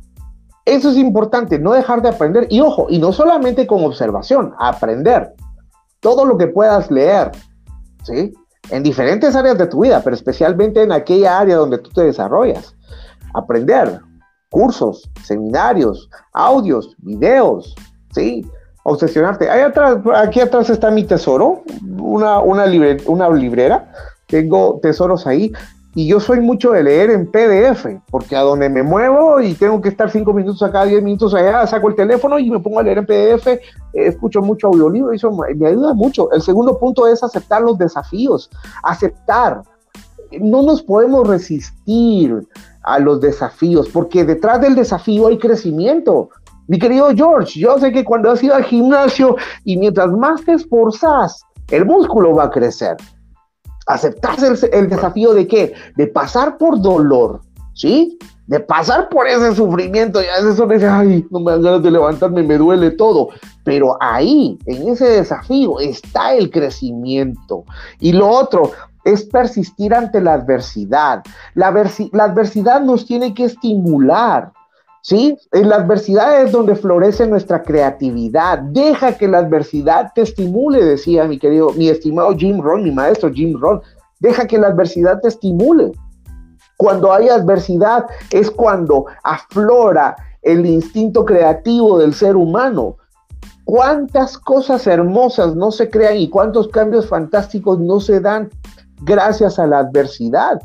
Eso es importante, no dejar de aprender. Y ojo, y no solamente con observación, aprender. Todo lo que puedas leer, ¿sí? En diferentes áreas de tu vida, pero especialmente en aquella área donde tú te desarrollas. Aprender. Cursos, seminarios, audios, videos, ¿sí? Obsesionarte. Aquí atrás está mi tesoro, una librera. Tengo tesoros ahí. Y yo soy mucho de leer en PDF, porque a donde me muevo y tengo que estar 5 minutos acá, 10 minutos allá, saco el teléfono y me pongo a leer en PDF, escucho mucho audiolibro, y eso me ayuda mucho. El segundo punto es aceptar los desafíos, aceptar. No nos podemos resistir a los desafíos, porque detrás del desafío hay crecimiento. Mi querido George, yo sé que cuando has ido al gimnasio y mientras más te esforzas, el músculo va a crecer. Aceptarse el desafío de ¿qué? De pasar por dolor, ¿sí? De pasar por ese sufrimiento, y a veces uno dice, ay, no me dan ganas de levantarme, me duele todo, pero ahí, en ese desafío, está el crecimiento. Y lo otro es persistir ante la adversidad. La adversidad nos tiene que estimular, ¿sí? En la adversidad es donde florece nuestra creatividad. Deja que la adversidad te estimule, decía mi estimado Jim Rohn, mi maestro Jim Rohn. Deja que la adversidad te estimule. Cuando hay adversidad es cuando aflora el instinto creativo del ser humano. ¿Cuántas cosas hermosas no se crean y cuántos cambios fantásticos no se dan gracias a la adversidad?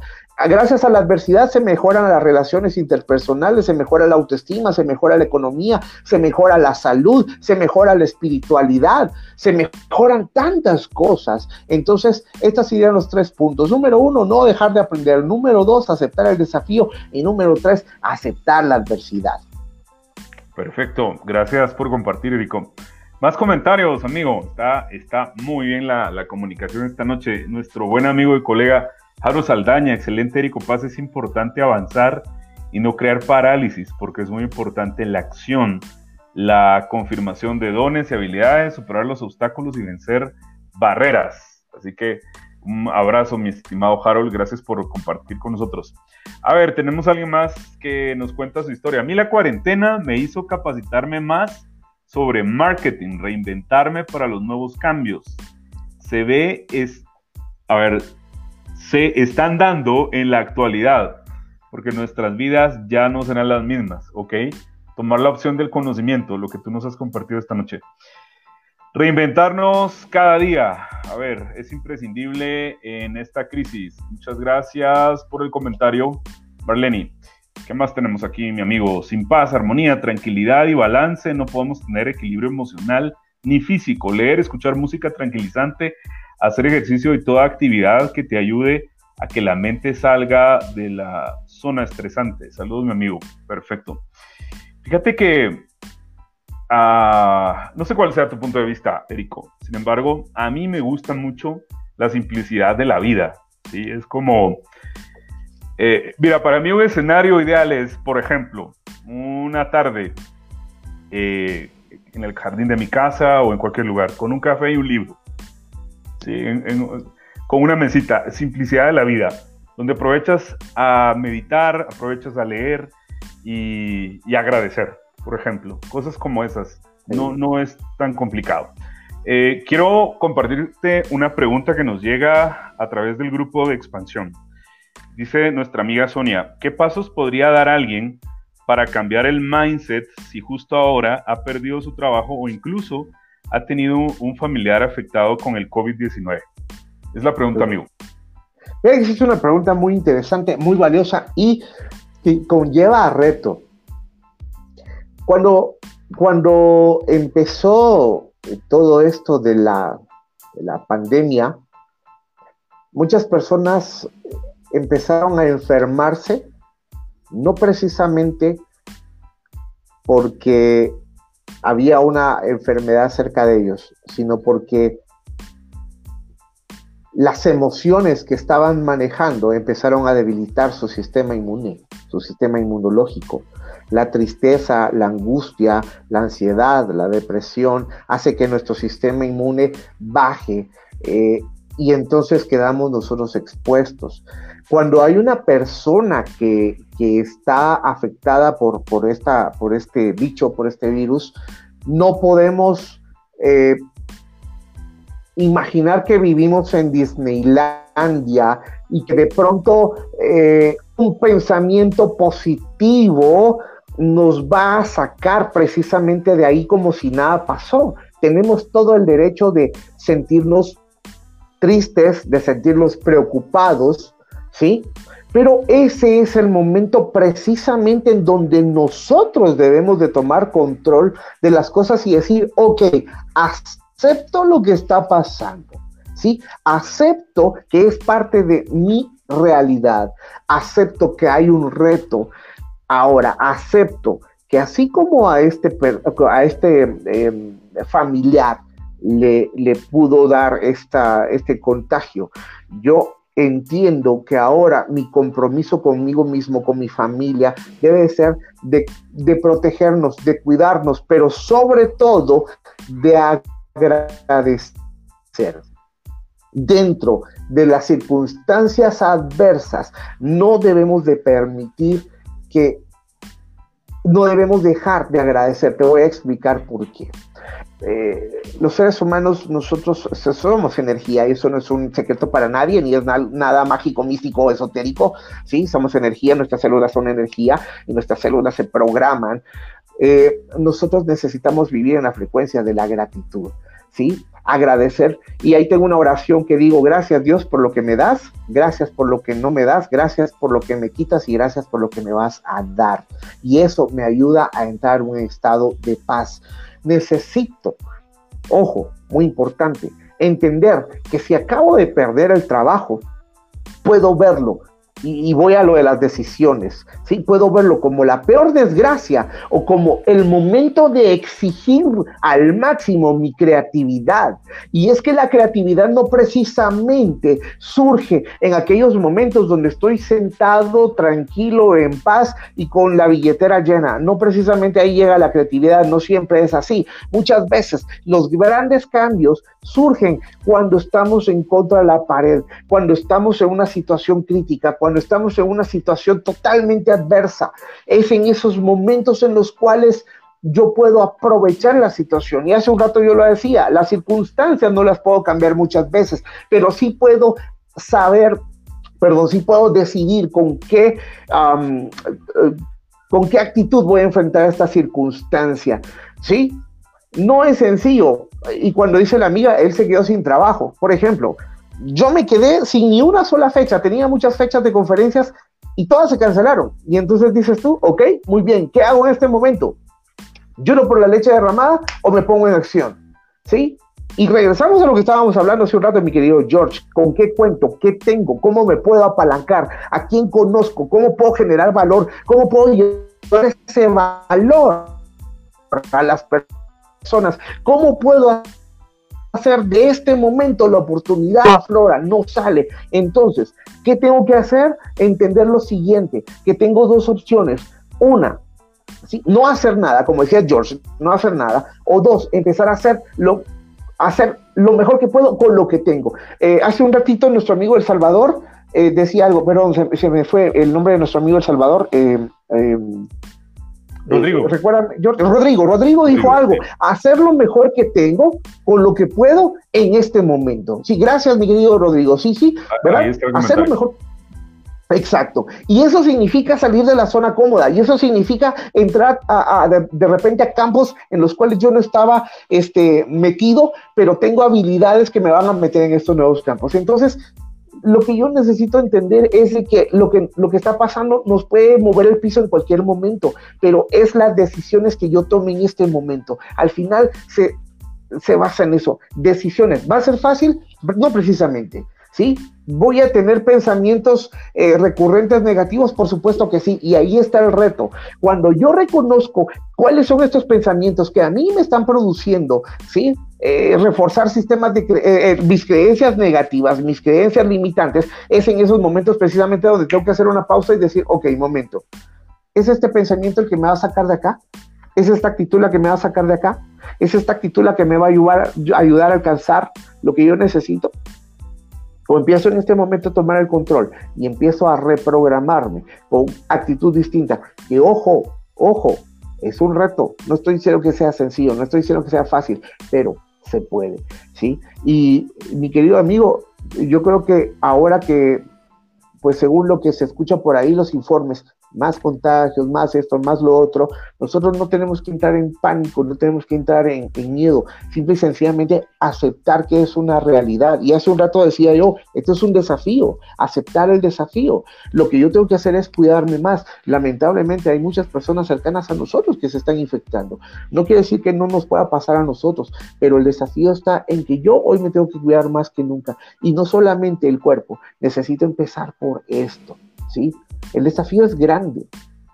Gracias a la adversidad se mejoran las relaciones interpersonales, se mejora la autoestima, se mejora la economía, se mejora la salud, se mejora la espiritualidad, se mejoran tantas cosas. Entonces, estos serían los 3 puntos. Número 1, no dejar de aprender. Número 2, aceptar el desafío. Y número 3, aceptar la adversidad. Perfecto, gracias por compartir, Erico. Más comentarios, amigo. Está muy bien la comunicación esta noche. Nuestro buen amigo y colega Jaro Saldaña, excelente, Erico Paz. Es importante avanzar y no crear parálisis, porque es muy importante la acción, la confirmación de dones y habilidades, superar los obstáculos y vencer barreras. Así que un abrazo, mi estimado Harold, gracias por compartir con nosotros. A ver, tenemos a alguien más que nos cuenta su historia. A mí la cuarentena me hizo capacitarme más sobre marketing, reinventarme para los nuevos cambios. Se están dando en la actualidad, porque nuestras vidas ya no serán las mismas, ¿ok? Tomar la opción del conocimiento, lo que tú nos has compartido esta noche. Reinventarnos cada día, a ver, es imprescindible en esta crisis. Muchas gracias por el comentario, Marlene. ¿Qué más tenemos aquí, mi amigo? Sin paz, armonía, tranquilidad y balance, no podemos tener equilibrio emocional ni físico. Leer, escuchar música tranquilizante, hacer ejercicio y toda actividad que te ayude a que la mente salga de la zona estresante. Saludos, mi amigo. Perfecto. Fíjate que no sé cuál sea tu punto de vista, Erico. Sin embargo, a mí me gusta mucho la simplicidad de la vida, ¿sí? Es como... mira, para mí un escenario ideal es, por ejemplo, una tarde en el jardín de mi casa o en cualquier lugar, con un café y un libro, ¿sí? Con una mesita, simplicidad de la vida, donde aprovechas a meditar, aprovechas a leer y agradecer, por ejemplo. Cosas como esas, no es tan complicado. Quiero compartirte una pregunta que nos llega a través del grupo de expansión. Dice nuestra amiga Sonia, ¿qué pasos podría dar alguien para cambiar el mindset si justo ahora ha perdido su trabajo o incluso ha tenido un familiar afectado con el COVID-19? Es la pregunta, amigo. Es una pregunta muy interesante, muy valiosa y que conlleva a reto. Cuando empezó todo esto de la pandemia, muchas personas empezaron a enfermarse, no precisamente porque había una enfermedad cerca de ellos, sino porque las emociones que estaban manejando empezaron a debilitar su sistema inmune, su sistema inmunológico. La tristeza, la angustia, la ansiedad, la depresión hace que nuestro sistema inmune baje y entonces quedamos nosotros expuestos. Cuando hay una persona que está afectada por este bicho, por este virus, no podemos imaginar que vivimos en Disneylandia y que de pronto un pensamiento positivo nos va a sacar precisamente de ahí como si nada pasó. Tenemos todo el derecho de sentirnos tristes, de sentirnos preocupados, ¿sí? Pero ese es el momento precisamente en donde nosotros debemos de tomar control de las cosas y decir, ok, acepto lo que está pasando, ¿sí? Acepto que es parte de mi realidad, acepto que hay un reto. Ahora, acepto que así como a este familiar le pudo dar este contagio, yo entiendo que ahora mi compromiso conmigo mismo, con mi familia, debe ser de protegernos, de cuidarnos, pero sobre todo de agradecer. Dentro de las circunstancias adversas, no debemos de permitir no debemos dejar de agradecer. Te voy a explicar por qué. Los seres humanos, nosotros somos energía, y eso no es un secreto para nadie, ni es nada mágico, místico o esotérico, ¿sí? Somos energía, nuestras células son energía y nuestras células se programan. Nosotros necesitamos vivir en la frecuencia de la gratitud. ¿sí? Agradecer. Y ahí tengo una oración que digo: gracias Dios por lo que me das, gracias por lo que no me das, gracias por lo que me quitas y gracias por lo que me vas a dar. Y eso me ayuda a entrar en un estado de paz. Necesito, ojo, muy importante, entender que si acabo de perder el trabajo, puedo verlo. Y voy a lo de las decisiones, ¿sí? Puedo verlo como la peor desgracia o como el momento de exigir al máximo mi creatividad. Y es que la creatividad no precisamente surge en aquellos momentos donde estoy sentado, tranquilo, en paz y con la billetera llena. No precisamente ahí llega la creatividad, no siempre es así. Muchas veces los grandes cambios surgen cuando estamos en contra de la pared, cuando estamos en una situación crítica, cuando estamos en una situación totalmente adversa. Es en esos momentos en los cuales yo puedo aprovechar la situación. Y hace un rato yo lo decía, las circunstancias no las puedo cambiar muchas veces, pero sí puedo sí puedo decidir con qué actitud voy a enfrentar esta circunstancia, ¿sí? No es sencillo. Y cuando dice la amiga, él se quedó sin trabajo. Por ejemplo, yo me quedé sin ni una sola fecha. Tenía muchas fechas de conferencias y todas se cancelaron. Y entonces dices tú, ok, muy bien, ¿qué hago en este momento? ¿Lloro por la leche derramada o me pongo en acción? ¿Sí? Y regresamos a lo que estábamos hablando hace un rato, mi querido George. ¿Con qué cuento? ¿Qué tengo? ¿Cómo me puedo apalancar? ¿A quién conozco? ¿Cómo puedo generar valor? ¿Cómo puedo llevar ese valor a las personas? ¿Cómo puedo hacer de este momento la oportunidad? Aflora, no sale. Entonces, ¿qué tengo que hacer? Entender lo siguiente, que tengo dos opciones. Una, ¿sí? No hacer nada, como decía George, no hacer nada. O dos, empezar a hacer lo mejor que puedo con lo que tengo. Hace un ratito nuestro amigo El Salvador decía algo, perdón, se me fue el nombre de nuestro amigo El Salvador. Rodrigo. ¿Recuerdan? Rodrigo dijo algo: hacer lo mejor que tengo con lo que puedo en este momento. Sí, gracias, mi querido Rodrigo. Sí, ¿verdad? Hacer lo mejor. Exacto. Y eso significa salir de la zona cómoda, y eso significa entrar de repente a campos en los cuales yo no estaba metido, pero tengo habilidades que me van a meter en estos nuevos campos. Entonces, lo que yo necesito entender es de que lo que está pasando nos puede mover el piso en cualquier momento, pero es las decisiones que yo tome en este momento. Al final se basa en eso. Decisiones. ¿Va a ser fácil? No precisamente, ¿sí? ¿Voy a tener pensamientos recurrentes negativos? Por supuesto que sí, y ahí está el reto. Cuando yo reconozco cuáles son estos pensamientos que a mí me están produciendo, ¿sí? Reforzar sistemas de mis creencias negativas, mis creencias limitantes, es en esos momentos precisamente donde tengo que hacer una pausa y decir, ok, momento, ¿es este pensamiento el que me va a sacar de acá? ¿Es esta actitud la que me va a sacar de acá? ¿Es esta actitud la que me va a ayudar a alcanzar lo que yo necesito? O empiezo en este momento a tomar el control y empiezo a reprogramarme con actitud distinta. Y ojo, es un reto. No estoy diciendo que sea sencillo, no estoy diciendo que sea fácil, pero se puede, ¿sí? Y mi querido amigo, yo creo que ahora que, pues según lo que se escucha por ahí, los informes, más contagios, más esto, más lo otro, nosotros no tenemos que entrar en pánico, no tenemos que entrar en miedo, simple y sencillamente aceptar que es una realidad. Y hace un rato decía yo, esto es un desafío, aceptar el desafío. Lo que yo tengo que hacer es cuidarme más. Lamentablemente hay muchas personas cercanas a nosotros que se están infectando. No quiere decir que no nos pueda pasar a nosotros, pero el desafío está en que yo hoy me tengo que cuidar más que nunca. Y no solamente el cuerpo, necesito empezar por esto, ¿sí? El desafío es grande,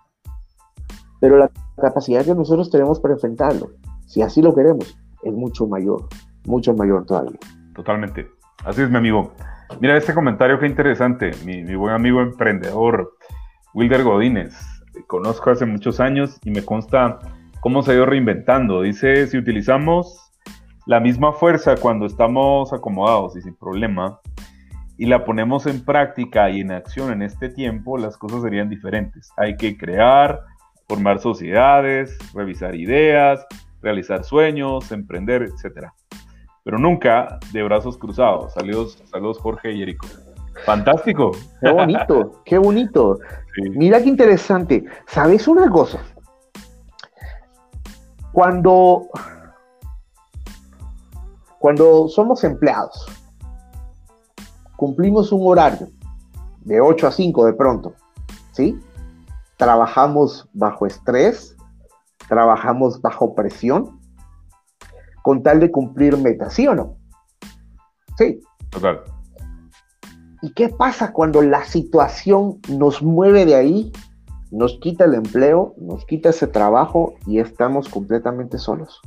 pero la capacidad que nosotros tenemos para enfrentarlo, si así lo queremos, es mucho mayor todavía. Totalmente. Así es, mi amigo. Mira este comentario, qué interesante. Mi buen amigo emprendedor, Wilder Godínez. Conozco hace muchos años y me consta cómo se ha ido reinventando. Dice, si utilizamos la misma fuerza cuando estamos acomodados y sin problema, y la ponemos en práctica y en acción en este tiempo, las cosas serían diferentes. Hay que crear, formar sociedades, revisar ideas, realizar sueños, emprender, etc. Pero nunca de brazos cruzados. Saludos Jorge y Erico. Fantástico. Qué bonito, qué bonito. Sí. Mira qué interesante. ¿Sabes una cosa? Cuando Cuando somos empleados, cumplimos un horario de 8 a 5 de pronto, ¿sí? Trabajamos bajo estrés, trabajamos bajo presión, con tal de cumplir metas, ¿sí o no? Sí. Total. ¿Y qué pasa cuando la situación nos mueve de ahí, nos quita el empleo, nos quita ese trabajo y estamos completamente solos?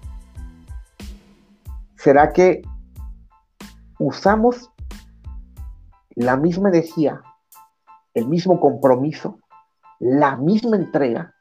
¿Será que usamos la misma energía, el mismo compromiso, la misma entrega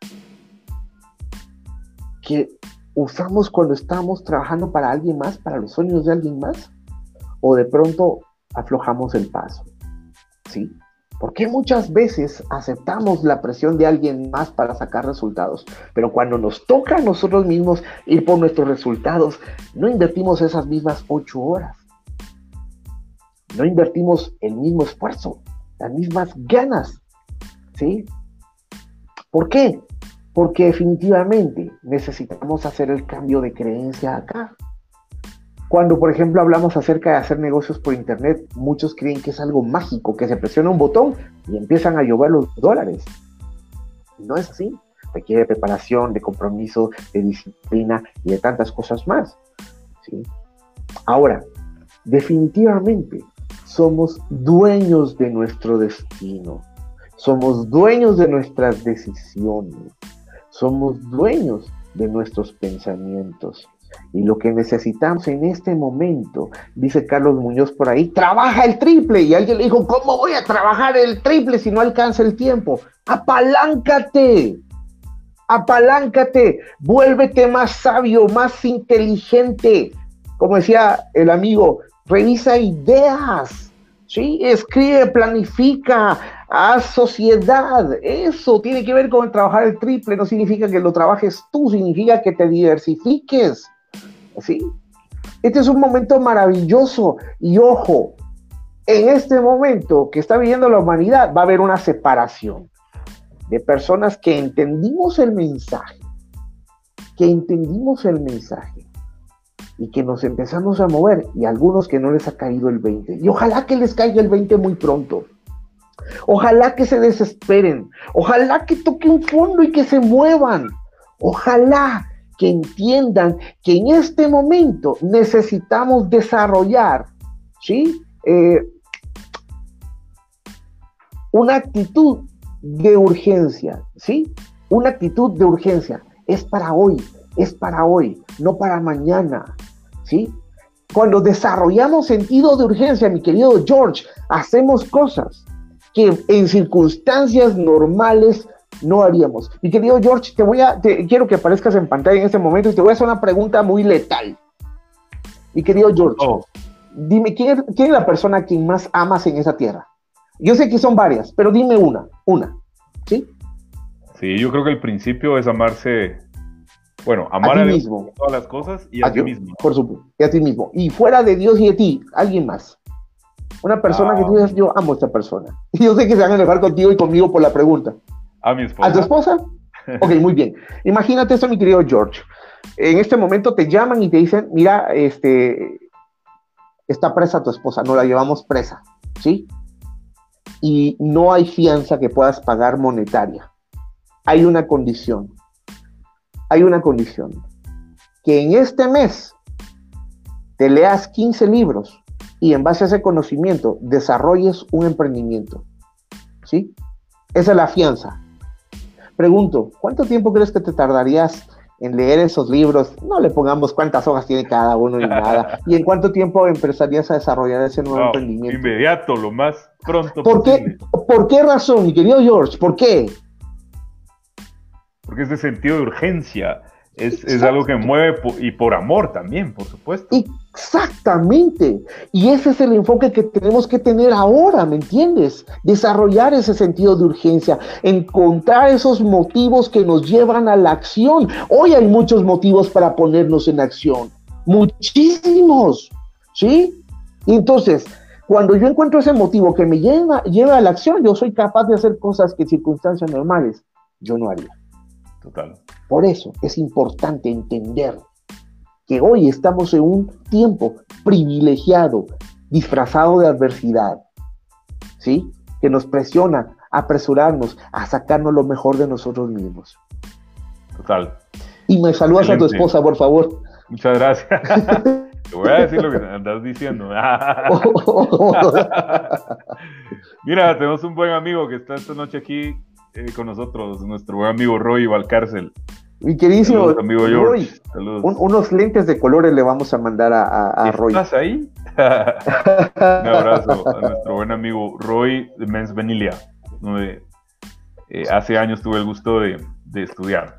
que usamos cuando estamos trabajando para alguien más, para los sueños de alguien más? ¿O de pronto aflojamos el paso? ¿Sí? Porque muchas veces aceptamos la presión de alguien más para sacar resultados, pero cuando nos toca a nosotros mismos ir por nuestros resultados, no invertimos esas mismas 8 horas. No invertimos el mismo esfuerzo, las mismas ganas, ¿sí? ¿Por qué? Porque definitivamente necesitamos hacer el cambio de creencia acá. Cuando, por ejemplo, hablamos acerca de hacer negocios por internet, muchos creen que es algo mágico, que se presiona un botón y empiezan a llover los dólares. No es así. Requiere de preparación, de compromiso, de disciplina y de tantas cosas más, ¿sí? Ahora, definitivamente somos dueños de nuestro destino. Somos dueños de nuestras decisiones. Somos dueños de nuestros pensamientos. Y lo que necesitamos en este momento, dice Carlos Muñoz por ahí, trabaja el triple. Y alguien le dijo, ¿cómo voy a trabajar el triple si no alcanza el tiempo? Apaláncate, apaláncate, vuélvete más sabio, más inteligente. Como decía el amigo, revisa ideas, ¿sí? Escribe, planifica, haz sociedad. Eso tiene que ver con el trabajar el triple. No significa que lo trabajes tú, significa que te diversifiques, ¿sí? Este es un momento maravilloso y ojo, en este momento que está viviendo la humanidad va a haber una separación de personas que entendimos el mensaje, y que nos empezamos a mover, y algunos que no les ha caído el 20, y ojalá que les caiga el 20 muy pronto. Ojalá que se desesperen, ojalá que toquen fondo y que se muevan, ojalá que entiendan que en este momento necesitamos desarrollar, ¿sí? Una actitud de urgencia, ¿sí? Una actitud de urgencia. Es para hoy, no para mañana, ¿sí? Cuando desarrollamos sentido de urgencia, mi querido George, hacemos cosas que en circunstancias normales no haríamos. Mi querido George, quiero que aparezcas en pantalla en este momento y te voy a hacer una pregunta muy letal. Mi querido George, dime, ¿quién es la persona a quien más amas en esa tierra? Yo sé que son varias, pero dime una, ¿sí? Sí, yo creo que el principio es amarse, bueno, amar a Dios mismo, todas las cosas y a ti mismo. Por supuesto, y a ti mismo. Y fuera de Dios y de ti, alguien más. Una persona que tú dices, yo amo a esta persona. Y yo sé que se van a enojar contigo y conmigo por la pregunta. ¿A mi esposa? ¿A tu esposa? Ok, muy bien. Imagínate esto, mi querido George. En este momento te llaman y te dicen, mira, está presa tu esposa, no la llevamos presa, ¿sí? Y no hay fianza que puedas pagar monetaria. Hay una condición. Que en este mes te leas 15 libros y en base a ese conocimiento desarrolles un emprendimiento, ¿sí? Esa es la fianza. Pregunto, ¿cuánto tiempo crees que te tardarías en leer esos libros? No le pongamos cuántas hojas tiene cada uno ni nada. ¿Y en cuánto tiempo empezarías a desarrollar ese nuevo emprendimiento? Inmediato, lo más pronto posible. ¿Por qué razón, mi querido George? ¿Por qué? Porque es de sentido de urgencia. Es algo que mueve y por amor también, por supuesto. Exactamente. Y ese es el enfoque que tenemos que tener ahora, ¿me entiendes? Desarrollar ese sentido de urgencia, encontrar esos motivos que nos llevan a la acción. Hoy hay muchos motivos para ponernos en acción. Muchísimos. ¿Sí? Y entonces, cuando yo encuentro ese motivo que me lleva a la acción, yo soy capaz de hacer cosas que en circunstancias normales yo no haría. Total. Por eso es importante entender que hoy estamos en un tiempo privilegiado, disfrazado de adversidad, ¿sí? Que nos presiona a apresurarnos, a sacarnos lo mejor de nosotros mismos. Total. Y me saludas a tu esposa, por favor. Muchas gracias. Te voy a decir lo que andas diciendo. Mira, tenemos un buen amigo que está esta noche aquí con nosotros, nuestro buen amigo Roy Valcárcel. Mi queridísimo amigo George. Roy, unos lentes de colores le vamos a mandar a Roy. ¿Estás ahí? Un abrazo a nuestro buen amigo Roy de Mens Venilia, donde hace años tuve el gusto de estudiar.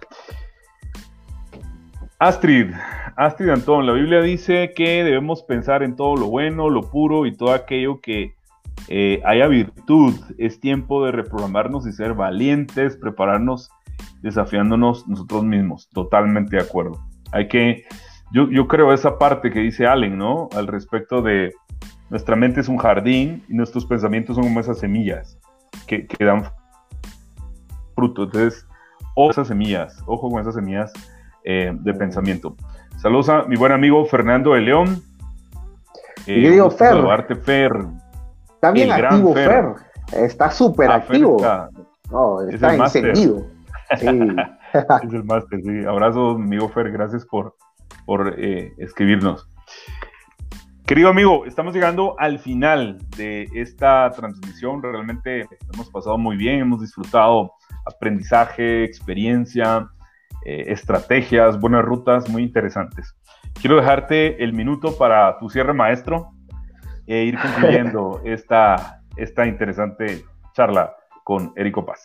Astrid Antón, la Biblia dice que debemos pensar en todo lo bueno, lo puro y todo aquello que haya virtud. Es tiempo de reprogramarnos y ser valientes, prepararnos, desafiándonos nosotros mismos. Totalmente de acuerdo. Yo creo esa parte que dice Allen, ¿no? Al respecto de nuestra mente es un jardín y nuestros pensamientos son como esas semillas que dan fruto. Entonces, ojo con esas semillas de pensamiento. Saludos a mi buen amigo Fernando de León. Y yo digo Fer. Saludarte, Fer. Está bien activo, Fer. Está súper activo. Está encendido. Sí. Es el máster, sí. Abrazos, amigo Fer. Gracias por escribirnos. Querido amigo, estamos llegando al final de esta transmisión. Realmente hemos pasado muy bien, hemos disfrutado aprendizaje, experiencia, estrategias, buenas rutas muy interesantes. Quiero dejarte el minuto para tu cierre, maestro, e ir concluyendo esta interesante charla con Érico Paz.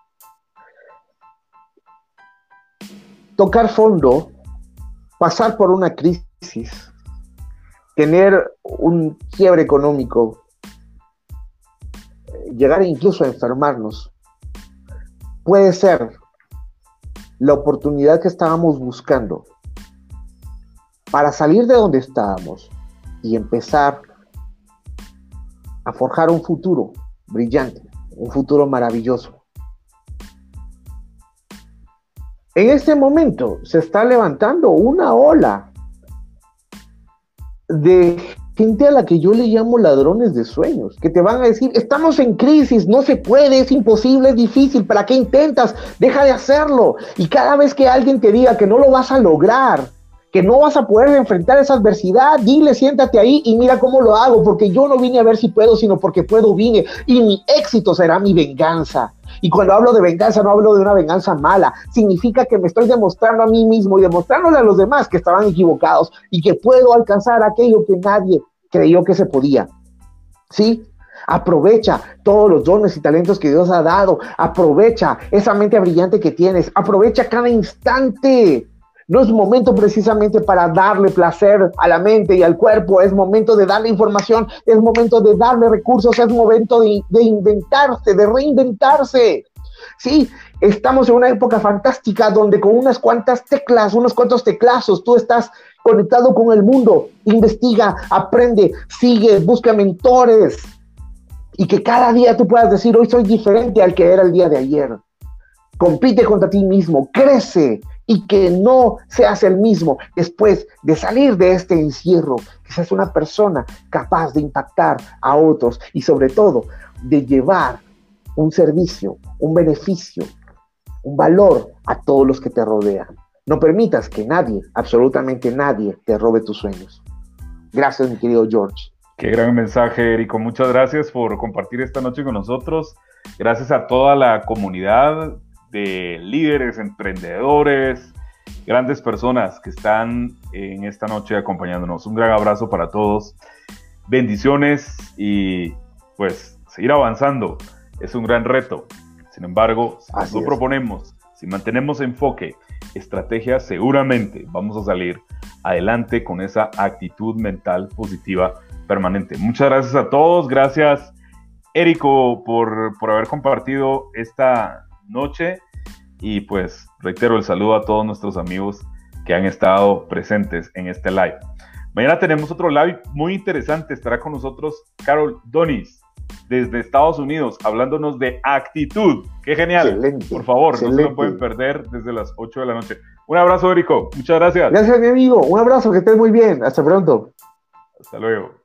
Tocar fondo, pasar por una crisis, tener un quiebre económico, llegar incluso a enfermarnos, puede ser la oportunidad que estábamos buscando para salir de donde estábamos y empezar a forjar un futuro brillante, un futuro maravilloso. En este momento se está levantando una ola de gente a la que yo le llamo ladrones de sueños, que te van a decir, estamos en crisis, no se puede, es imposible, es difícil, ¿para qué intentas? Deja de hacerlo. Y cada vez que alguien te diga que no lo vas a lograr, que no vas a poder enfrentar esa adversidad, dile, siéntate ahí y mira cómo lo hago, porque yo no vine a ver si puedo, sino porque puedo vine, y mi éxito será mi venganza. Y cuando hablo de venganza, no hablo de una venganza mala, significa que me estoy demostrando a mí mismo y demostrándole a los demás que estaban equivocados y que puedo alcanzar aquello que nadie creyó que se podía. ¿Sí? Aprovecha todos los dones y talentos que Dios ha dado, aprovecha esa mente brillante que tienes, aprovecha cada instante. No es momento precisamente para darle placer a la mente y al cuerpo, es momento de darle información, es momento de darle recursos, es momento de inventarse, de reinventarse. Sí, estamos en una época fantástica donde con unas cuantas teclas, unos cuantos teclazos, tú estás conectado con el mundo. Investiga, aprende, sigue, busca mentores y que cada día tú puedas decir, hoy soy diferente al que era el día de ayer. Compite contra ti mismo, crece, y que no seas el mismo después de salir de este encierro, que seas una persona capaz de impactar a otros y sobre todo de llevar un servicio, un beneficio, un valor a todos los que te rodean. No permitas que nadie, absolutamente nadie, te robe tus sueños. Gracias, mi querido George. Qué gran mensaje, Érico. Muchas gracias por compartir esta noche con nosotros. Gracias a toda la comunidad de líderes, emprendedores, grandes personas que están en esta noche acompañándonos. Un gran abrazo para todos. Bendiciones y pues seguir avanzando es un gran reto. Sin embargo, si nos lo proponemos, si mantenemos enfoque, estrategia, seguramente vamos a salir adelante con esa actitud mental positiva permanente. Muchas gracias a todos. Gracias, Érico, por haber compartido esta noche y pues reitero el saludo a todos nuestros amigos que han estado presentes en este live. Mañana tenemos otro live muy interesante, estará con nosotros Carol Donis desde Estados Unidos, hablándonos de actitud. ¡Qué genial! Excelente, Por favor, excelente. no se lo pueden perder desde las 8 de la noche. Un abrazo, Érico. Muchas gracias. Gracias, mi amigo. Un abrazo, que estés muy bien. Hasta pronto. Hasta luego.